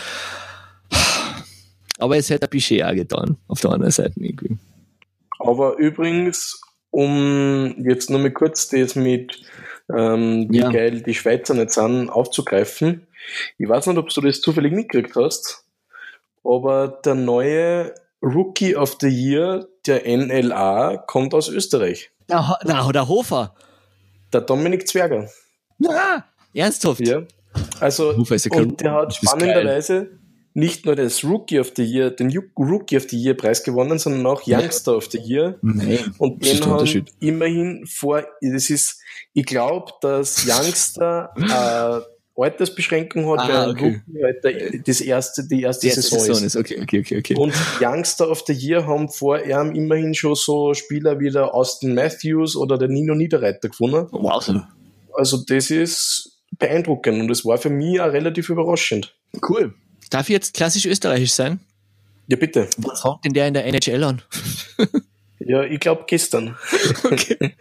Aber es hätte ein Budget auch getan, auf der anderen Seite irgendwie. Aber übrigens, um jetzt nur mal kurz das mit wie geil die Schweizer nicht sind, aufzugreifen. Ich weiß nicht, ob du das zufällig mitgekriegt hast, aber der neue Rookie of the Year der NLA kommt aus Österreich. Der Hofer. Der Dominik Zwerger. Na, ernsthaft? Ja. Also, und der hat spannenderweise nicht nur das Rookie of the Year, den Rookie of the Year Preis gewonnen, sondern auch Youngster of the Year. Nein. Und den haben immerhin ich glaube, dass Youngster Altersbeschränkung hat, Rookie die erste Saison ist. Okay. Und Youngster of the Year haben vor ihm immerhin schon so Spieler wie der Austin Matthews oder der Nino Niederreiter gewonnen. Wow. Also das ist beeindruckend und das war für mich auch relativ überraschend. Cool. Darf ich jetzt klassisch österreichisch sein? Ja, bitte. Was fängt denn der in der NHL an? Ja, ich glaube gestern. Okay.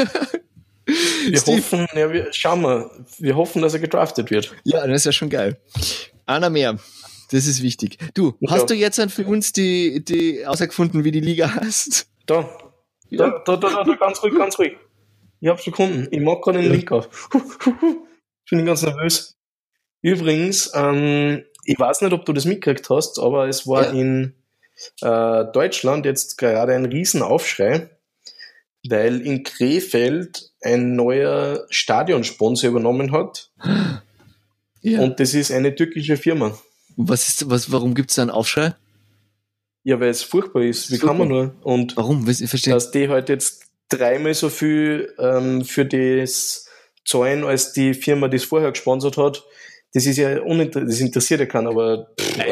Wir hoffen, dass er gedraftet wird. Ja, das ist ja schon geil. Einer mehr. Das ist wichtig. Du, hast du jetzt für uns die herausgefunden, wie die Liga heißt? Da, ganz ruhig. Ich hab's gefunden. Ich mag gerade den Link auf. Ich bin ganz nervös. Übrigens, ich weiß nicht, ob du das mitgekriegt hast, aber es war in Deutschland jetzt gerade ein Riesenaufschrei, weil in Krefeld ein neuer Stadionsponsor übernommen hat. Ja. Und das ist eine türkische Firma. Und warum gibt es da einen Aufschrei? Ja, weil es furchtbar ist. Wie kann man nur? Und warum? Ich verstehe. dass die halt jetzt 3-mal so viel für das zahlen, als die Firma, die es vorher gesponsert hat, das ist ja das interessiert ja keinen, aber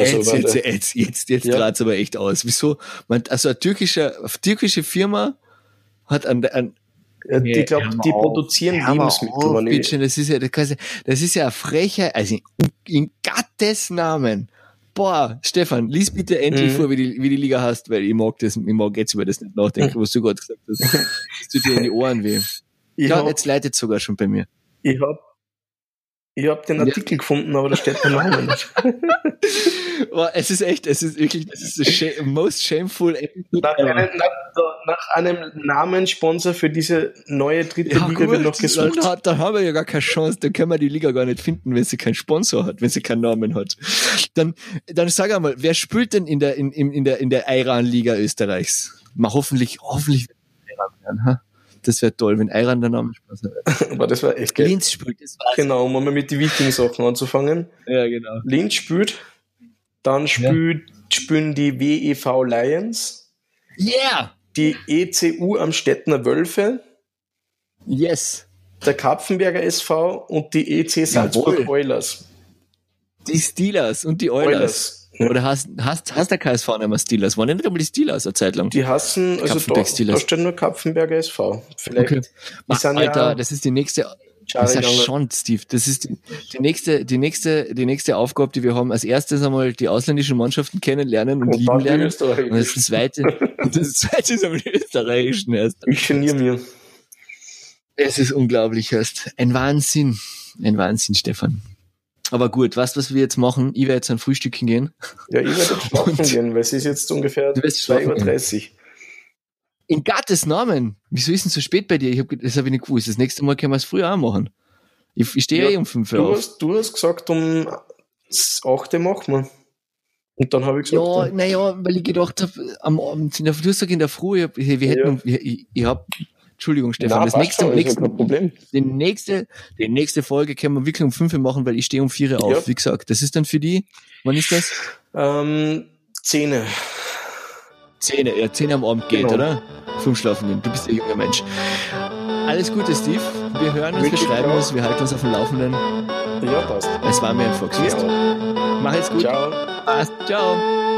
jetzt Ja. trat's aber echt aus. Wieso? Also eine türkische Firma hat ich glaube, die produzieren Lebensmittel. wenn ich- Bitte, das ist ja eine Frechheit. Also in Gottes Namen. Boah, Stefan, lies bitte endlich vor, wie die Liga heißt, weil ich mag jetzt über das nicht nachdenken, was du gerade gesagt hast. Das tut dir in die Ohren weh. Jetzt leitet es sogar schon bei mir. Ich hab den Artikel gefunden, aber da steht der Name nicht. Boah, es ist wirklich, das ist the most shameful episode. Nach einem Namenssponsor für diese neue dritte Liga wird noch gesucht. Dann haben wir ja gar keine Chance, dann können wir die Liga gar nicht finden, wenn sie keinen Sponsor hat, wenn sie keinen Namen hat. Dann sag einmal, wer spielt denn in der Iran-Liga Österreichs? Mal hoffentlich wird Iran werden, ha? Das wäre toll, wenn Iran der Namenssponsor wäre. Aber das war echt geil. Linz spielt, das war's. Genau, um mal mit den wichtigen Sachen anzufangen. Ja, genau. Linz spielt, dann spielen die WEV Lions, Yeah! die ECU am Stettner Wölfe, Yes! der Kapfenberger SV und die EC Salzburg Jawohl. Oilers. Die Steelers und die Oilers. Oder hast der KSV nicht mehr Steelers? Waren nicht einmal die Steelers eine Zeit lang? Die hassen, also Kapfenberg da Steelers. steht nur Kapfenberger SV. Vielleicht. Okay. Die sind Alter, ja das ist die nächste. Schade Das ist ja gegangen. schon, Steve. Das ist die nächste Aufgabe, die wir haben. Als erstes einmal die ausländischen Mannschaften kennenlernen und Und lieben dann die lernen. Österreicher. Und das zweite ist einmal die österreichischen erst. Ich geniere mir. Es ist unglaublich, hörst. Ein Wahnsinn, Stefan. Aber gut, weißt du, was wir jetzt machen? Ich werde jetzt ein Frühstückchen gehen. Ja, ich werde jetzt schlafen gehen, weil es ist jetzt ungefähr Du wirst schlafen 2:30 Uhr. In Gottes Namen! Wieso ist denn so spät bei dir? Das habe ich nicht gewusst. Das nächste Mal können wir es früher auch machen. Ich stehe ja um 5 Uhr auf. Du hast gesagt, um 8 Uhr machen wir. Und dann habe ich gesagt, Ja, naja, weil ich gedacht habe, am Abend, du hast gesagt in der Früh, Entschuldigung, Stefan, nein, passt schon, ist ja kein Problem. die nächste Folge können wir wirklich um 5 Uhr machen, weil ich stehe um 4 Uhr auf, Ja. wie gesagt. Das ist dann für die, wann ist das? 10 Uhr. 10 am Abend geht, Genau. oder? Vom Schlafen gehen. Du bist ein junger Mensch. Alles Gute, Steve. Wir hören uns, wir Wirklich schreiben auch. uns, wir halten uns auf dem Laufenden. Ja, passt. Es war mir ein Volksfest. Ja. Mach es gut. Ciao. Passt. Ciao.